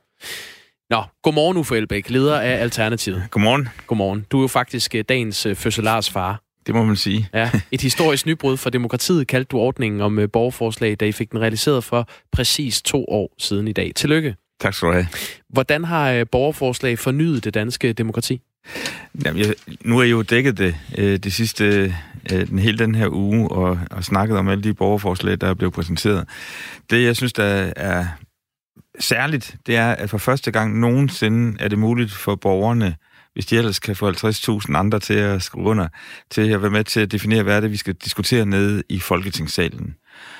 Nå, godmorgen Uffe Elbæk, leder af Alternativet. Godmorgen. Godmorgen. Du er jo faktisk dagens øh, fødselars far. Det må man sige. Ja, et historisk nybrud for demokratiet kaldte du ordningen om øh, borgerforslag, da I fik den realiseret for præcis to år siden i dag. Tillykke. Tak skal du have. Hvordan har øh, borgerforslag fornyet det danske demokrati? Jamen, jeg, nu er jeg jo dækket det øh, de sidste, øh, den hele den her uge og, og snakket om alle de borgerforslag, der er blevet præsenteret. Det, jeg synes, der er særligt, det er, at for første gang nogensinde er det muligt for borgerne, hvis de ellers kan få halvtreds tusind andre til at skrive under, til at være med til at definere, hvad det er, vi skal diskutere nede i Folketingssalen.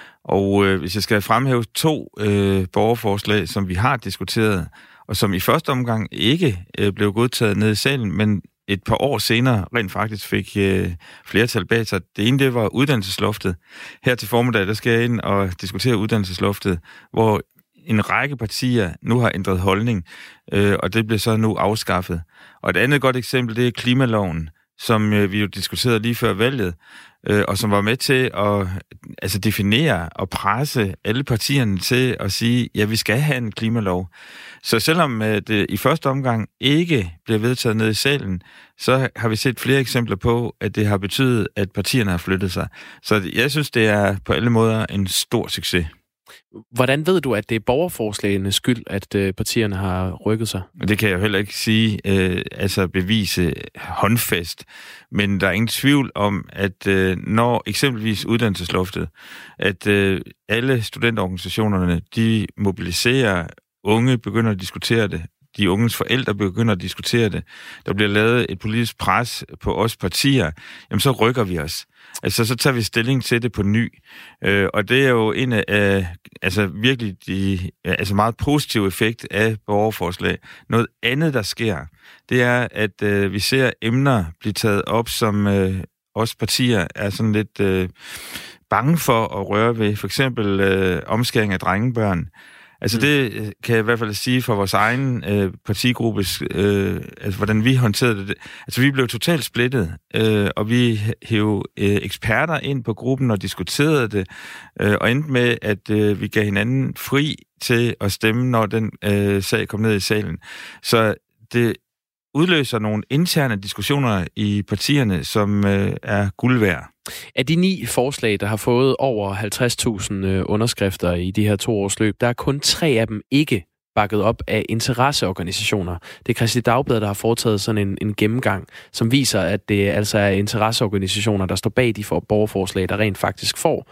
Og øh, hvis jeg skal fremhæve to øh, borgerforslag, som vi har diskuteret, og som i første omgang ikke øh, blev godtaget nede i salen, men et par år senere rent faktisk fik øh, flertal bag sig. Det ene, det var uddannelsesloftet. Her til formiddag, der skal jeg ind og diskutere uddannelsesloftet, hvor en række partier nu har ændret holdning, øh, og det bliver så nu afskaffet. Og et andet godt eksempel, det er klimaloven, som øh, vi jo diskuterede lige før valget, øh, og som var med til at altså, definere og presse alle partierne til at sige, ja, vi skal have en klimalov. Så selvom øh, det i første omgang ikke bliver vedtaget ned i salen, så har vi set flere eksempler på, at det har betydet, at partierne har flyttet sig. Så jeg synes, det er på alle måder en stor succes. Hvordan ved du, at det er borgerforslagenes skyld, at øh, partierne har rykket sig? Det kan jeg jo heller ikke sige, øh, altså bevise håndfast. Men der er ingen tvivl om, at øh, når eksempelvis uddannelsesloftet, at øh, alle studenterorganisationerne, de mobiliserer, unge begynder at diskutere det, de unges forældre begynder at diskutere det, der bliver lavet et politisk pres på os partier, jamen så rykker vi os. Altså, så tager vi stilling til det på ny. Øh, og det er jo en af, altså virkelig de, altså meget positiv effekt af borgerforslag. Noget andet, der sker, det er, at øh, vi ser emner blive taget op, som øh, os partier er sådan lidt øh, bange for at røre ved. For eksempel øh, omskæring af drengebørn. Altså mm. det kan jeg i hvert fald sige for vores egen øh, partigruppes, øh, altså hvordan vi håndterede det. Altså vi blev totalt splittet, øh, og vi hævde øh, eksperter ind på gruppen og diskuterede det, øh, og endte med, at øh, vi gav hinanden fri til at stemme, når den øh, sag kom ned i salen. Så det udløser nogle interne diskussioner i partierne, som øh, er guld værd. Af de ni forslag, der har fået over halvtreds tusind øh, underskrifter i de her to års løb, der er kun tre af dem ikke bakket op af interesseorganisationer. Det er Kristeligt Dagblad, der har foretaget sådan en, en gennemgang, som viser, at det altså er interesseorganisationer, der står bag de for borgerforslag, der rent faktisk får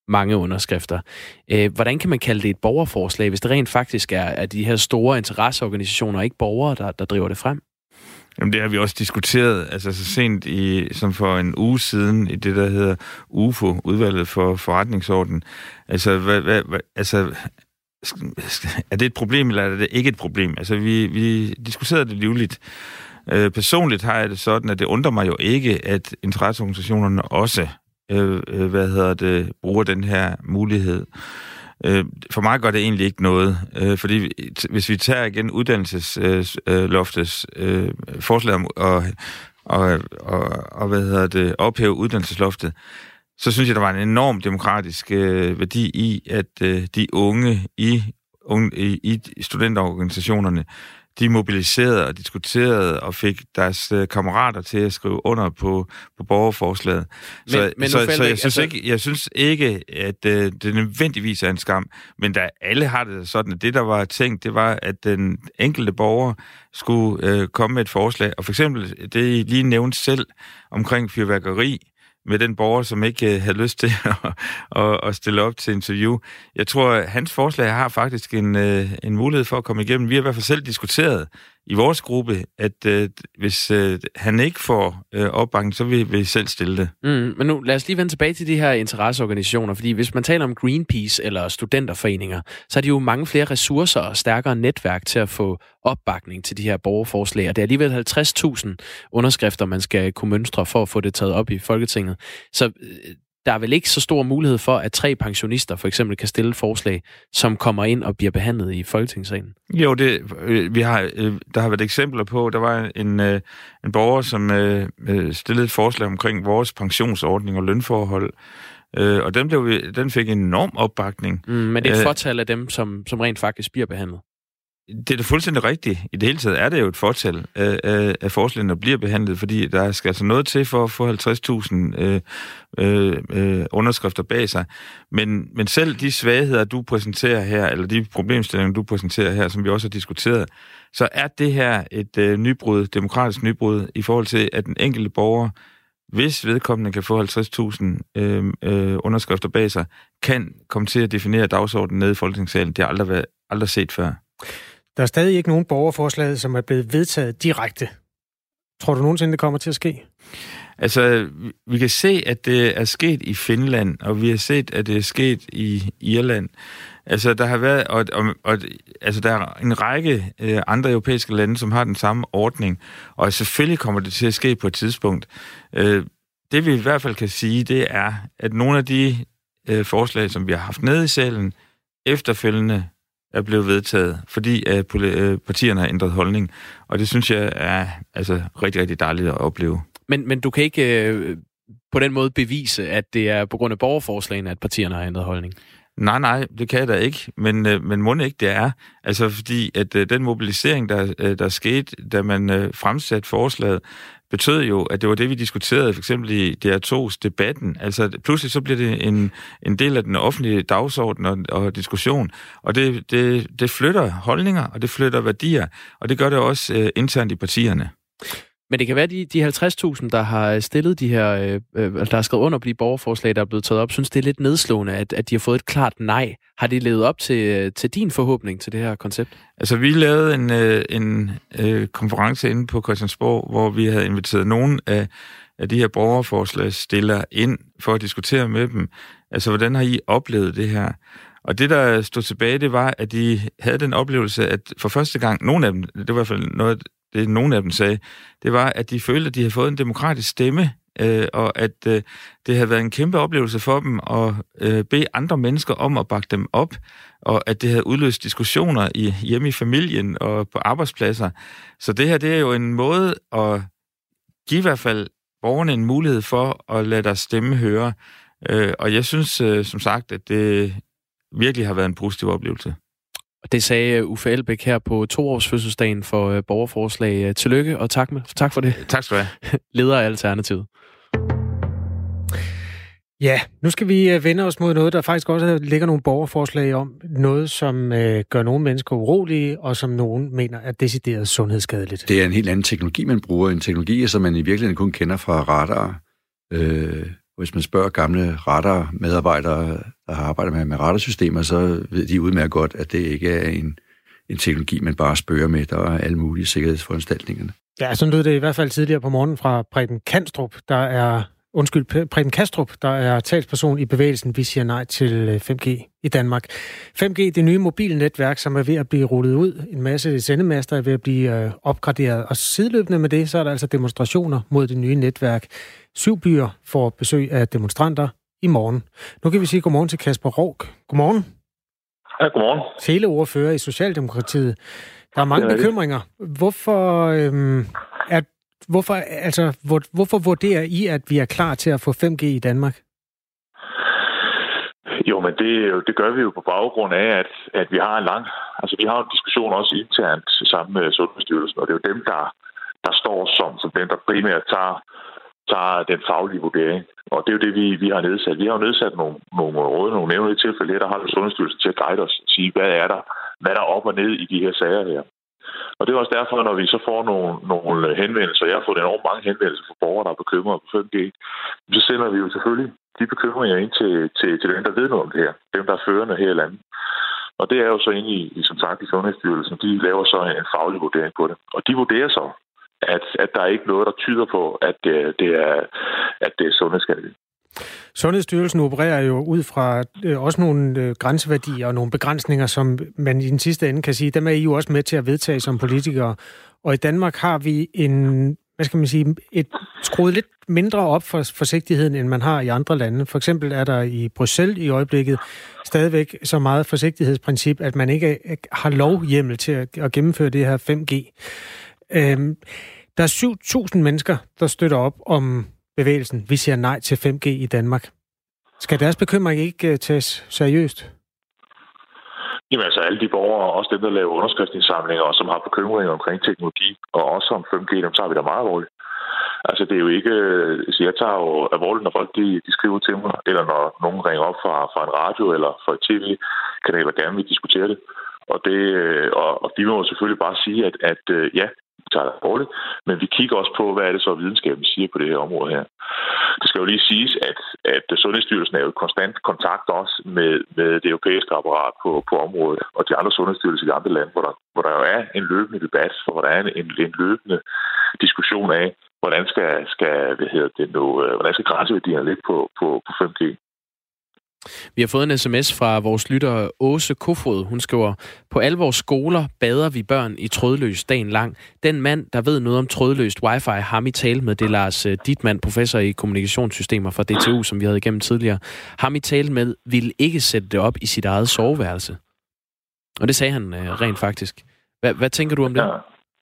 mange underskrifter. Øh, hvordan kan man kalde det et borgerforslag, hvis det rent faktisk er, er de her store interesseorganisationer, og ikke borgere, der, der driver det frem? Jamen, det har vi også diskuteret, altså så sent i, som for en uge siden, i det, der hedder U F O, Udvalget for Forretningsorden. Altså, hvad, hvad, hvad, altså, er det et problem, eller er det ikke et problem? Altså, vi, vi diskuterede det livligt. Øh, personligt har jeg det sådan, at det undrer mig jo ikke, at interesseorganisationerne også, øh, hvad hedder det, bruger den her mulighed. For mig gør det egentlig ikke noget, fordi hvis vi tager igen uddannelsesloftets øh, forslag om og, og, og, og hvad hedder det, ophæve uddannelsesloftet, så synes jeg, der var en enorm demokratisk øh, værdi i, at øh, de unge i, unge i, i studenterorganisationerne, de mobiliserede og diskuterede og fik deres øh, kammerater til at skrive under på, på borgerforslaget. Men, så men så, så jeg, ikke, synes altså... ikke, jeg synes ikke, at øh, det nødvendigvis er en skam, men da alle har det sådan, at det, der var tænkt, det var, at den enkelte borger skulle øh, komme med et forslag. Og for eksempel, det I lige nævnte selv omkring fyrværkeri, med den borger, som ikke øh, havde lyst til at, at, at stille op til interview. Jeg tror, at hans forslag har faktisk en, øh, en mulighed for at komme igennem. Vi har i hvert fald selv diskuteret i vores gruppe, at øh, hvis øh, han ikke får øh, opbakning, så vil vi selv stille det. Mm, men nu lad os lige vende tilbage til de her interesseorganisationer, fordi hvis man taler om Greenpeace eller studenterforeninger, så er de jo mange flere ressourcer og stærkere netværk til at få opbakning til de her borgerforslag, og det er alligevel halvtreds tusind underskrifter, man skal kunne mønstre for at få det taget op i Folketinget. Så øh, der er vel ikke så stor mulighed for, at tre pensionister for eksempel kan stille forslag, som kommer ind og bliver behandlet i Folketingssalen? Jo, det, øh, vi har, øh, der har været eksempler på, der var en, øh, en borger, som øh, stillede et forslag omkring vores pensionsordning og lønforhold, øh, og den, blev, den fik en enorm opbakning. Mm, men det er et fortal af dem, som, som rent faktisk bliver behandlet? Det er da fuldstændig rigtigt. I det hele taget er det jo et fortal af, af, af forslagene, der bliver behandlet, fordi der skal altså noget til for at få halvtreds tusind øh, øh, underskrifter bag sig. Men, men selv de svagheder, du præsenterer her, eller de problemstillinger, du præsenterer her, som vi også har diskuteret, så er det her et øh, nybrud, demokratisk nybrud, i forhold til, at den enkelte borger, hvis vedkommende kan få halvtreds tusind øh, øh, underskrifter bag sig, kan komme til at definere dagsordenen nede i Folketingssalen. Det har aldrig været aldrig set før. Der er stadig ikke nogen borgerforslag, som er blevet vedtaget direkte. Tror du nogensinde, det kommer til at ske? Altså, vi kan se, at det er sket i Finland, og vi har set, at det er sket i Irland. Altså, der har været, og, og, og altså, der er en række øh, andre europæiske lande, som har den samme ordning, og selvfølgelig kommer det til at ske på et tidspunkt. Øh, det vi i hvert fald kan sige, det er, at nogle af de øh, forslag, som vi har haft nede i salen, efterfølgende er blevet vedtaget, fordi at partierne har ændret holdning. Og det synes jeg er altså rigtig, rigtig dejligt at opleve. Men, men du kan ikke øh, på den måde bevise, at det er på grund af borgerforslagene, at partierne har ændret holdning? Nej, nej, det kan jeg da ikke. Men, øh, men må ikke det er. Altså fordi, at øh, den mobilisering, der, øh, der skete, da man øh, fremsatte forslaget, betød jo, at det var det, vi diskuterede, for eksempel i D R to's debatten. Altså, pludselig så bliver det en, en del af den offentlige dagsorden og, og diskussion, og det, det, det flytter holdninger, og det flytter værdier, og det gør det også øh, internt i partierne. Men det kan være, de, de halvtreds tusind, der har stillet de her, øh, der har skrevet under på de borgerforslag, der er blevet taget op, synes det er lidt nedslående, at, at de har fået et klart nej. Har de levet op til, til din forhåbning til det her koncept? Altså, vi lavede en, øh, en øh, konference inde på Christiansborg, hvor vi havde inviteret nogle af, af de her borgerforslagsstillere ind for at diskutere med dem. Altså, hvordan har I oplevet det her? Og det, der stod tilbage, det var, at de havde den oplevelse, at for første gang, nogle af dem, det var i hvert fald noget, det nogle af dem sagde, det var, at de følte, at de havde fået en demokratisk stemme, øh, og at øh, det havde været en kæmpe oplevelse for dem at øh, bede andre mennesker om at bakke dem op, og at det havde udløst diskussioner i, hjemme i familien og på arbejdspladser. Så det her, det er jo en måde at give i hvert fald borgerne en mulighed for at lade deres stemme høre. Øh, og jeg synes, øh, som sagt, at det virkelig har været en positiv oplevelse. Og det sagde Uffe Elbæk her på toårs fødselsdagen for borgerforslag. Tillykke, og tak, med, tak for det. Tak skal du have. Leder af Alternativet. Ja, nu skal vi vende os mod noget, der faktisk også ligger nogle borgerforslag om. Noget, som øh, gør nogle mennesker urolige, og som nogen mener er decideret sundhedsskadeligt. Det er en helt anden teknologi, man bruger. En teknologi, som man i virkeligheden kun kender fra radarer. Øh, Hvis man spørger gamle radar-medarbejdere, der har arbejdet med, med radarsystemer, så ved de udmærket godt, at det ikke er en, en teknologi, man bare spørger med. Der er alle mulige sikkerhedsforanstaltninger. Ja, sådan lød det i hvert fald tidligere på morgenen fra Preben Kanstrup, der er, undskyld, Preben Kastrup, der er talsperson i bevægelsen Vi siger nej til fem G i Danmark. fem G, det nye mobilnetværk, som er ved at blive rullet ud. En masse sendemaster er ved at blive øh, opgraderet. Og sideløbende med det, så er der altså demonstrationer mod det nye netværk. Syv byer får besøg af demonstranter i morgen. Nu kan vi sige godmorgen til Kasper Roug. Godmorgen. Ja, godmorgen. Teleordfører i Socialdemokratiet. Der er mange bekymringer. Hvorfor, øhm, er, hvorfor, altså, hvor, hvorfor vurderer I, at vi er klar til at få fem G i Danmark? Jo, men det, det gør vi jo på baggrund af, at, at vi har en lang... Altså, vi har en diskussion også internt sammen med Sundhedsstyrelsen, og det er jo dem, der, der står som, som dem, der primært tager, tager den faglige vurdering. Og det er jo det, vi, vi har nedsat. Vi har jo nedsat nogle, nogle råd, nogle nævne i tilfælde, der har Sundhedsstyrelsen til at guide os og sige, hvad er der, hvad der er op og ned i de her sager her. Og det er også derfor, når vi så får nogle, nogle henvendelser, jeg har fået enormt mange henvendelser fra borgere, der er bekymrede på fem G, så sender vi jo selvfølgelig de bekymringer ind til, til, til dem, der ved noget om det her. Dem, der er førende her i landet. Og det er jo så inde i, i som sagt, i Sundhedsstyrelsen, de laver så en faglig vurdering på det. Og de vurderer så, at, at der er ikke noget, der tyder på, at det, det er, at det er sundhedsskadeligt. Sundhedsstyrelsen opererer jo ud fra øh, også nogle øh, grænseværdier og nogle begrænsninger, som man i den sidste ende kan sige, dem er I jo også med til at vedtage som politikere. Og i Danmark har vi en, hvad skal man sige, et skruet lidt mindre op for forsigtigheden, end man har i andre lande. For eksempel er der i Bruxelles i øjeblikket stadigvæk så meget forsigtighedsprincip, at man ikke har lovhjemmel til at, at gennemføre det her fem G. Øhm, der er syv tusind mennesker, der støtter op om bevægelsen Vi siger nej til fem G i Danmark. Skal deres bekymring ikke uh, tages seriøst? Jamen altså alle de borgere, også dem, der laver underskriftsindsamlinger, og som har bekymringer omkring teknologi, og også om fem G, dem tager vi da meget alvorligt. Altså det er jo ikke... Så jeg tager jo alvorligt, når folk de, de skriver til mig, eller når nogen ringer op fra, fra en radio eller fra et tv-kanal, der gerne vil diskutere det. Og, det, og, og de må jo selvfølgelig bare sige, at, at ja, tager det alvorligt, men vi kigger også på, hvad er det så videnskaben siger på det her område her. Det skal jo lige siges, at, at Sundhedsstyrelsen er jo konstant kontakt også med, med det europæiske apparat på, på området, og de andre sundhedsstyrelser i de andre lande, hvor der, hvor der jo er en løbende debat, og hvor der er en, en, en løbende diskussion af, hvordan skal, skal, hvad hedder det nu, hvordan skal grænseværdierne ligge på, på, på fem G. Vi har fået en sms fra vores lytter Åse Kofod. Hun skriver, på alle vores skoler bader vi børn i trådløs dagen lang. Den mand, der ved noget om trådløst wifi, har vi talt med. Det er Lars Dittmann, professor i kommunikationssystemer fra D T U, som vi havde igennem tidligere. Har vi talt med, vil ikke sætte det op i sit eget soveværelse. Og det sagde han øh, rent faktisk. Hvad, hvad tænker du om det? Ja.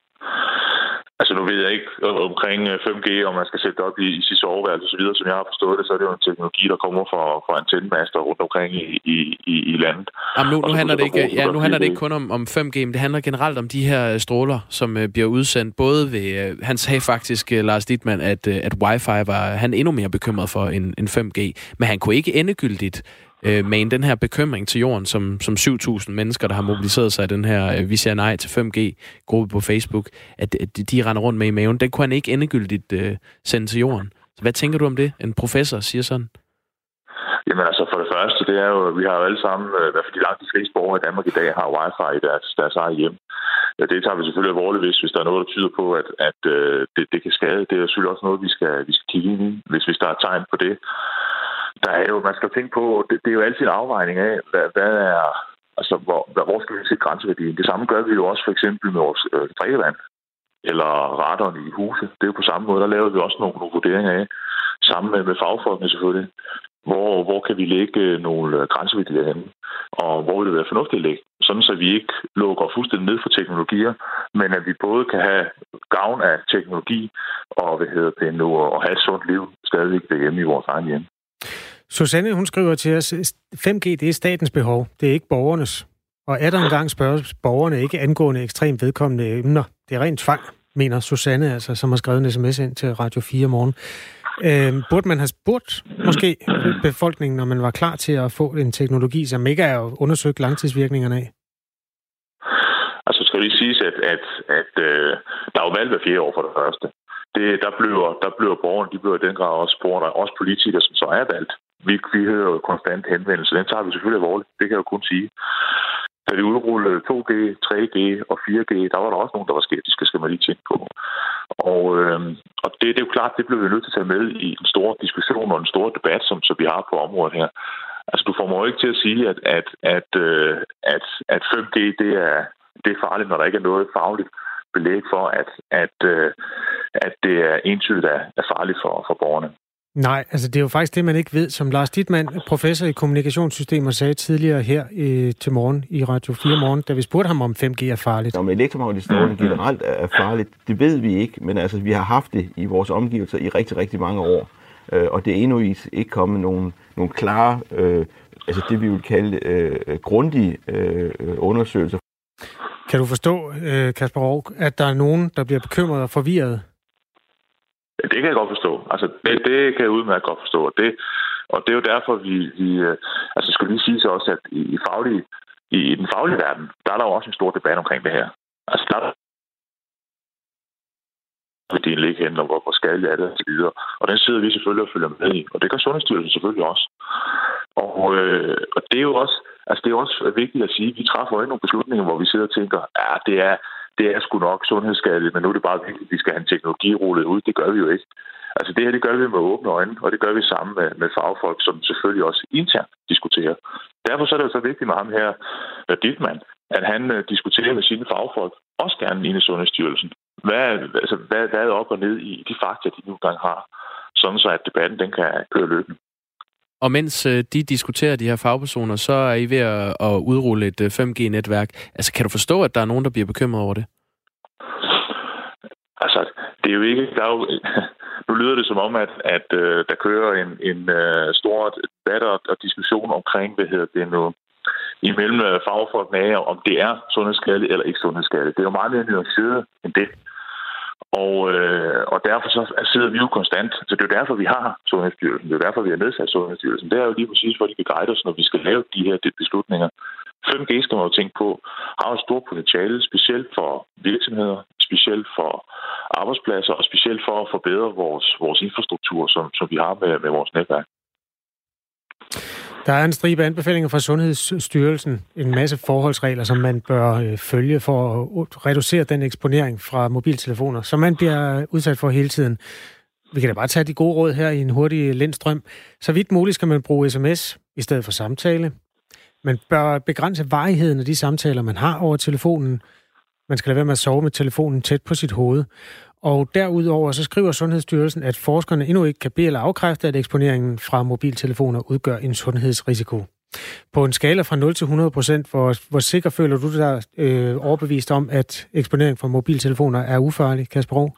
Altså nu ved jeg ikke omkring fem G, om man skal sætte det op i, i sit soveværelse og så videre, som jeg har forstået det, så er det jo en teknologi, der kommer fra, fra antennemaster rundt omkring i, i, i, i landet. Jamen, nu, nu handler det ikke, ja, nu handler det ikke kun om, om fem G, men det handler generelt om de her stråler, som uh, bliver udsendt. Både ved, uh, han sagde faktisk, uh, Lars Dittmann, at, uh, at wifi var han endnu mere bekymret for end, end fem G, men han kunne ikke endegyldigt med den her bekymring til jorden, som, som syv tusind mennesker, der har mobiliseret sig i den her Vi siger nej til fem G-gruppe på Facebook, at de, de render rundt med i maven. Den kunne han ikke endegyldigt uh, sende til jorden. Så hvad tænker du om det? En professor siger sådan? Jamen altså, for det første, det er jo, vi har jo alle sammen, i hvert fald de langt de fleste borgere i Danmark i dag, har wifi i deres, deres eget hjem. Ja, det tager vi selvfølgelig alvorligt, hvis, hvis der er noget, der tyder på, at, at uh, det, det kan skade. Det er selvfølgelig også noget, vi skal, vi skal kigge ind i, hvis, hvis der er tegn på det. Der er jo, man skal tænke på, det, det er jo altid en afvejning af, hvad, hvad er, altså, hvor, hvor skal vi se grænseværdien? Det samme gør vi jo også for eksempel med vores øh, drikkevand, eller radaren i huset. Det er jo på samme måde, der laver vi også nogle, nogle vurderinger af, sammen med, med fagfolkene selvfølgelig. Hvor, hvor kan vi lægge nogle grænseværdier henne, og hvor vil det være fornuftigt at lægge, sådan så vi ikke lukker fuldstændig ned for teknologier, men at vi både kan have gavn af teknologi, og, hvad hedder det nu, og have et sundt liv stadigvæk derhjemme i vores egen hjem. Susanne, hun skriver til os, fem G det er statens behov, det er ikke borgernes. Og er der engang spørger borgerne ikke angående ekstremt vedkommende emner? Det er rent tvang, mener Susanne, altså, som har skrevet en sms ind til Radio fire morgen. Øh, burde man have spurgt måske befolkningen, når man var klar til at få en teknologi, som ikke er undersøgt langtidsvirkningerne af? Altså skal lige siges, at, at, at øh, der er jo valg hver fjerde år for det første. det, der, bliver, der bliver borgerne, de bliver i den grad også borgere, der er også politikere, som så er valgt. Vi, vi hører jo konstant henvendelse. Den tager vi selvfølgelig alvorligt. Det kan jeg jo kun sige. Da vi udrullede to G, tre G og fire G, der var der også nogen, der var skeptiske, skal man lige tænke på. Og, øh, og det, det er jo klart, det bliver vi nødt til at tage med i den store diskussion og den store debat, som, som vi har på området her. Altså, du får mig jo ikke til at sige, at, at, at, øh, at, at fem G, det er, det er farligt, når der ikke er noget fagligt belæg for, at, at, øh, at det er entydigt er, er farligt for, for borgerne. Nej, altså det er jo faktisk det, man ikke ved. Som Lars Dittmann, professor i kommunikationssystemer, sagde tidligere her øh, til morgen i Radio fire Morgen, da vi spurgte ham, om fem G er farligt. Om elektromagnetisk stråling generelt er farligt, det ved vi ikke, men altså vi har haft det i vores omgivelser i rigtig, rigtig mange år. Øh, og det er endnu ikke kommet nogle, nogle klare, øh, altså det vi vil kalde øh, grundige øh, undersøgelser. Kan du forstå, øh, Kasper Roug, at der er nogen, der bliver bekymret og forvirret? Det kan jeg godt forstå. Altså, det, det kan jeg udmærket godt forstå. Og det, og det er jo derfor, vi, vi altså, skulle lige sige så også, at i, faglige, i, i den faglige verden, der er der jo også en stor debat omkring det her. Altså, der er det en ligge hen, og hvor, hvor skadeligt er det, og så videre. Og den sidder vi selvfølgelig og følger med i. Og det gør Sundhedsstyrelsen selvfølgelig også. Og, øh, og det er jo også, altså, det er også vigtigt at sige, at vi træffer ikke nogle beslutninger, hvor vi sidder og tænker, ja, det er Det er sgu nok sundhedsskadeligt, men nu er det bare vigtigt, at vi skal have en teknologi rullet ud. Det gør vi jo ikke. Altså det her, det gør vi med åbne øjne, og det gør vi sammen med, med fagfolk, som selvfølgelig også internt diskuterer. Derfor så er det jo så vigtigt med ham her, Dittmann, at han uh, diskuterer med sine fagfolk, også gerne inde i Sundhedsstyrelsen. Hvad, altså, hvad, hvad er op og ned i de fakta, de nu engang har, sådan så at debatten den kan køre løbende. Og mens de diskuterer, de her fagpersoner, så er I ved at udrulle et fem G-netværk. Altså, kan du forstå, at der er nogen, der bliver bekymret over det? Altså, det er jo ikke... Der er jo, nu lyder det som om, at, at uh, der kører en, en uh, stor debat og diskussion omkring, hvad hedder det nu, imellem fagfolkene af, om det er sundhedsskadeligt eller ikke sundhedsskadeligt. Det er jo meget mere nuanceret end det. Og, øh, og derfor så sidder vi jo konstant. Så det er jo derfor, vi har Sundhedsstyrelsen. Det er derfor, vi har nedsat Sundhedsstyrelsen. Det er jo lige præcis, hvor de kan guide os, når vi skal lave de her beslutninger. fem G skal man jo tænke på, har et stort potentiale, specielt for virksomheder, specielt for arbejdspladser, og specielt for at forbedre vores, vores infrastruktur, som, som vi har med, med vores netværk. Der er en stribe anbefalinger fra Sundhedsstyrelsen, en masse forholdsregler, som man bør øh, følge for at reducere den eksponering fra mobiltelefoner, som man bliver udsat for hele tiden. Vi kan da bare tage de gode råd her i en hurtig lindstrøm. Så vidt muligt skal man bruge sms i stedet for samtale. Man bør begrænse varigheden af de samtaler, man har over telefonen. Man skal lade være med at sove med telefonen tæt på sit hoved. Og derudover så skriver Sundhedsstyrelsen, at forskerne endnu ikke kan bede eller afkræfte, at eksponeringen fra mobiltelefoner udgør en sundhedsrisiko. På en skala fra nul til hundrede procent, hvor, hvor sikker føler du dig øh, overbevist om, at eksponering fra mobiltelefoner er ufarlig, Kasper Roug?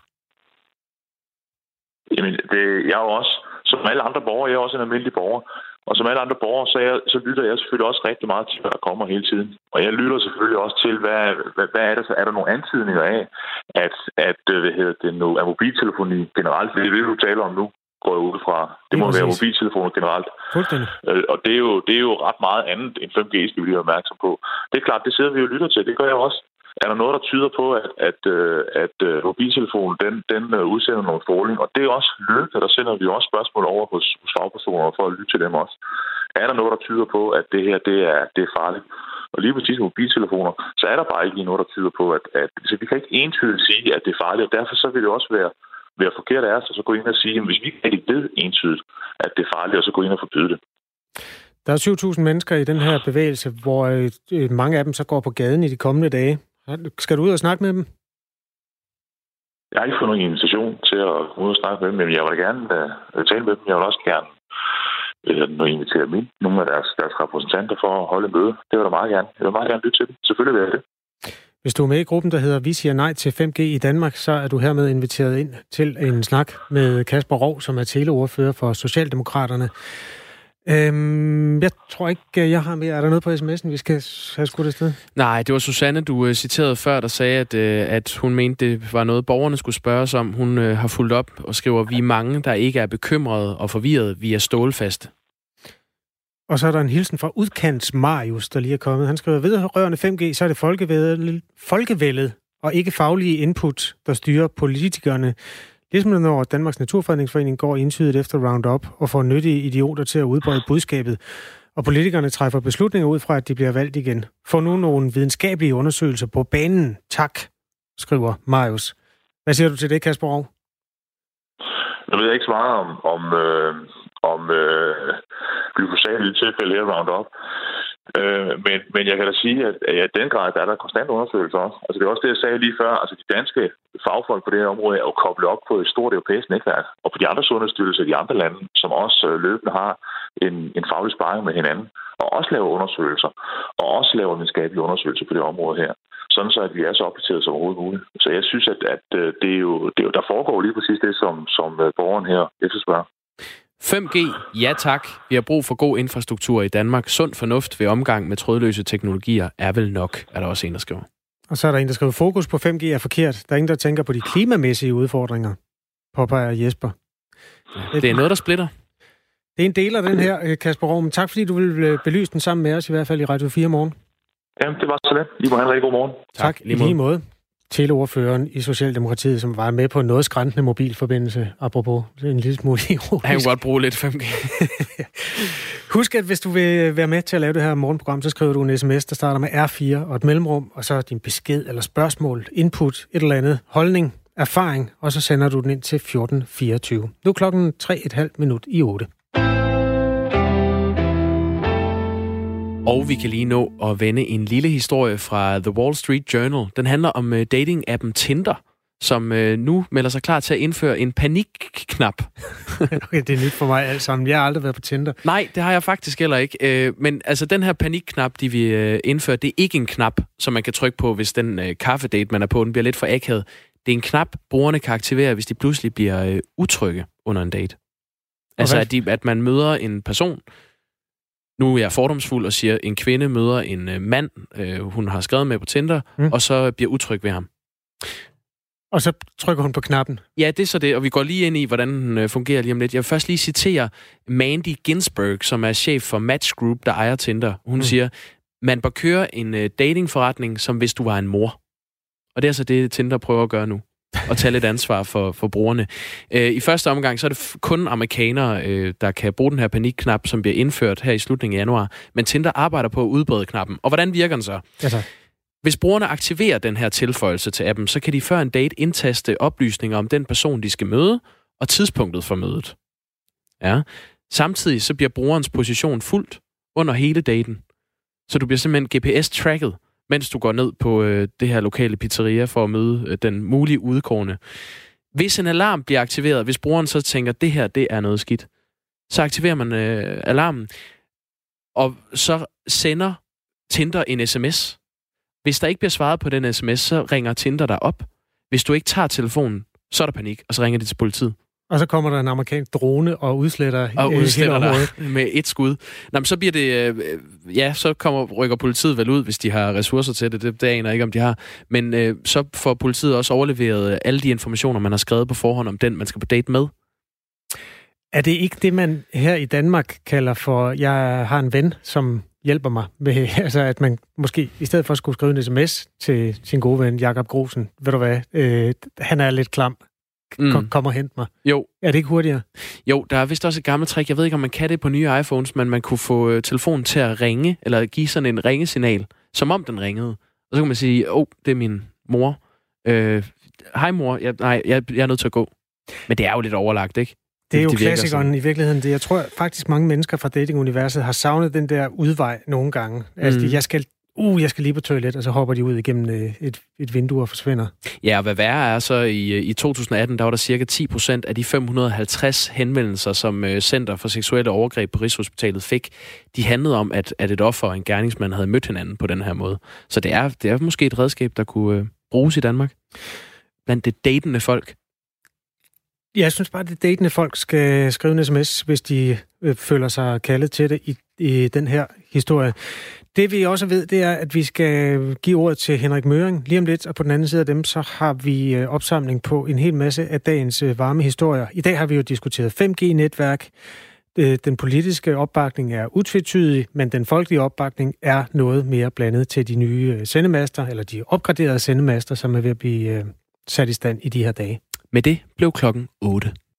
Jamen, det, jeg er jo også, som alle andre borgere, jeg er også en almindelig borger. Og som alle andre borgere, så, jeg, så lytter jeg selvfølgelig også rigtig meget til, hvad der kommer hele tiden. Og jeg lytter selvfølgelig også til, hvad, hvad, hvad er der så? Er der nogle antydninger af, at, at hvad hedder det nu, er mobiltelefoni generelt, det er det, du taler om nu, går jeg ud fra. Det må være mobiltelefoner generelt. Fuldstændig. Og det er, jo, det er jo ret meget andet end fem G, skal vi blive opmærksom på. Det er klart, det sidder vi jo og lytter til. Det gør jeg også. Er der noget, der tyder på, at, at, at, at mobiltelefonen den, den udsender noget stråling? Og det er også løbende, der sender vi også spørgsmål over hos, hos fagpersoner for at lytte til dem også. Er der noget, der tyder på, at det her det er, det er farligt? Og lige præcis med mobiltelefoner, så er der bare ikke noget, der tyder på, at, at så vi kan ikke entydigt sige, at det er farligt. Og derfor så vil det også være, være forkert af os, og så gå ind og sige, at hvis vi ikke ved entydigt, at det er farligt, og så gå ind og forbyde det. Der er syv tusind mennesker i den her bevægelse, hvor øh, mange af dem så går på gaden i de kommende dage. Skal du ud og snakke med dem? Jeg har ikke fået nogen invitation til at komme ud og snakke med dem, men jeg vil gerne uh, tale med dem. Jeg vil også gerne uh, invitere min, nogle af deres, deres repræsentanter for at holde møde. Det vil jeg meget gerne. Jeg vil meget gerne lytte til dem. Selvfølgelig vil jeg det. Hvis du er med i gruppen, der hedder Vi siger nej til fem G i Danmark, så er du hermed inviteret ind til en snak med Kasper Roug, som er teleordfører for Socialdemokraterne. Øhm, jeg tror ikke, jeg har mere. Er der noget på sms'en, vi skal have skudt afsted? Nej, det var Susanne, du uh, citerede før, der sagde, at, uh, at hun mente, det var noget, borgerne skulle spørges om. Hun uh, har fulgt op og skriver, vi er mange, der ikke er bekymrede og forvirrede. Vi er stålfaste. Og så er der en hilsen fra Udkants Marius, der lige er kommet. Han skriver, vedrørende fem G, så er det folkevældet, folkevældet og ikke faglige input, der styrer politikerne. Ligesom når Danmarks Naturfredningsforening går indsydet efter Roundup og får nyttige idioter til at udbrede budskabet, og politikerne træffer beslutninger ud fra, at de bliver valgt igen. Få nu nogle videnskabelige undersøgelser på banen. Tak, skriver Marius. Hvad siger du til det, Kasper Roug? Jeg ved ikke så meget om, om, øh, om øh, glyfosat i det tilfælde her Roundup. Øh, men, men jeg kan da sige, at, at i den grad der er der konstant undersøgelser også. Altså det er også det, jeg sagde lige før. Altså de danske fagfolk på det her område er jo koblet op på et stort europæisk netværk. Og på de andre sundhedsstyrelser i de andre lande, som også løbende har en, en faglig sparring med hinanden, og også laver undersøgelser, og også laver videnskabelige undersøgelser på det område her. Sådan så, at vi er så opdateret som overhovedet muligt. Så jeg synes, at, at det, er jo, det er jo, der foregår lige præcis det, som, som borgeren her efterspørger. fem G, ja tak. Vi har brug for god infrastruktur i Danmark. Sund fornuft ved omgang med trådløse teknologier er vel nok, er der også en, der skriver. Og så er der en, der skriver, fokus på fem G er forkert. Der er ingen, der tænker på de klimamæssige udfordringer, påpeger Jesper. Ja, det er noget, der splitter. Det er en del af den her, Kasper Roug. Tak fordi du vil belyse den sammen med os, i hvert fald i Radio fire morgen. Jamen, det var så det. I må have en rigtig god morgen. Tak, tak i lige måde. Teleordføreren i Socialdemokratiet, som var med på noget skræntende mobilforbindelse, apropos en lille smule ironisk. Han kan godt bruge lidt fem G. Husk, at hvis du vil være med til at lave det her morgenprogram, så skriver du en sms, der starter med R fire og et mellemrum, og så din besked eller spørgsmål, input, et eller andet, holdning, erfaring, og så sender du den ind til fjorten fireogtyve. Nu er klokken tre et halvt minut i otte. Og vi kan lige nå at vende en lille historie fra The Wall Street Journal. Den handler om dating-appen Tinder, som nu melder sig klar til at indføre en panikknap. Okay, det er nyt for mig alt sammen. Jeg har aldrig været på Tinder. Nej, det har jeg faktisk heller ikke. Men altså, den her panikknap, de vil indføre, det er ikke en knap, som man kan trykke på, hvis den kaffedate, man er på, den bliver lidt for akavet. Det er en knap, brugerne kan aktivere, hvis de pludselig bliver utrygge under en date. Altså, at, de, at man møder en person. Nu er jeg fordomsfuld og siger, at en kvinde møder en øh, mand, øh, hun har skrevet med på Tinder, mm. og så bliver utryg ved ham. Og så trykker hun på knappen? Ja, det er så det, og vi går lige ind i, hvordan den øh, fungerer lige om lidt. Jeg vil først lige citere Mandy Ginsberg, som er chef for Match Group, der ejer Tinder. Hun mm. siger, man bør køre en øh, datingforretning, som hvis du var en mor. Og det er så det, Tinder prøver at gøre nu. Og tage lidt ansvar for, for brugerne. Øh, I første omgang, så er det kun amerikanere, øh, der kan bruge den her panikknap, som bliver indført her i slutningen af januar. Men Tinder arbejder på at udbrede knappen. Og hvordan virker den så? Ja, tak. Hvis brugerne aktiverer den her tilføjelse til appen, så kan de før en date indtaste oplysninger om den person, de skal møde, og tidspunktet for mødet. Ja. Samtidig så bliver brugerens position fuldt under hele daten. Så du bliver simpelthen G P S-tracket, mens du går ned på øh, det her lokale pizzeria for at møde øh, den mulige udkårne. Hvis en alarm bliver aktiveret, hvis brugeren så tænker, det her, det er noget skidt, så aktiverer man øh, alarmen, og så sender Tinder en sms. Hvis der ikke bliver svaret på den sms, så ringer Tinder dig op. Hvis du ikke tager telefonen, så er der panik, og så ringer de til politiet. Og så kommer der en amerikansk drone og udsletter, og udsletter dig med et skud. Nå, men så bliver det, øh, ja, så kommer, rykker politiet vel ud, hvis de har ressourcer til det. Det, det aner jeg ikke, om de har. Men øh, så får politiet også overleveret alle de informationer, man har skrevet på forhånd om den, man skal på date med. Er det ikke det, man her i Danmark kalder for, jeg har en ven, som hjælper mig med, altså at man måske i stedet for at skulle skrive en sms til sin gode ven, Jakob Grosen, ved du hvad, øh, han er lidt klam. Mm. Kom og hent mig. Jo. Er det ikke hurtigere? Jo, der er vist også et gammelt trick. Jeg ved ikke, om man kan det på nye iPhones, men man kunne få øh, telefonen til at ringe, eller give sådan en ringesignal, som om den ringede. Og så kan man sige, åh, oh, det er min mor. Øh, Hej mor, jeg, nej, jeg, jeg er nødt til at gå. Men det er jo lidt overlagt, ikke? Det er jo klassikeren i virkeligheden. Det, jeg tror faktisk, mange mennesker fra datinguniverset har savnet den der udvej nogle gange. Mm. Altså, jeg skal uh, jeg skal lige på toilet, og så hopper de ud igennem et, et vindue og forsvinder. Ja, og hvad værre er så, i, i to tusind atten, der var der cirka ti procent af de fem hundrede og halvtreds henvendelser, som uh, Center for Seksuelle Overgreb på Rigshospitalet fik, de handlede om, at, at et offer og en gerningsmand havde mødt hinanden på den her måde. Så det er, det er måske et redskab, der kunne uh, bruges i Danmark. Blandt det datende folk. Ja, jeg synes bare, at det datende folk skal skrive en sms, hvis de øh, føler sig kaldet til det i, i den her historie. Det vi også ved, det er, at vi skal give ordet til Henrik Møring lige om lidt, og på den anden side af dem, så har vi øh, opsamling på en hel masse af dagens øh, varme historier. I dag har vi jo diskuteret fem G-netværk. Øh, den politiske opbakning er utvetydig, men den folkelige opbakning er noget mere blandet til de nye øh, sendemaster, eller de opgraderede sendemaster, som er ved at blive øh, sat i stand i de her dage. Med det blev klokken otte.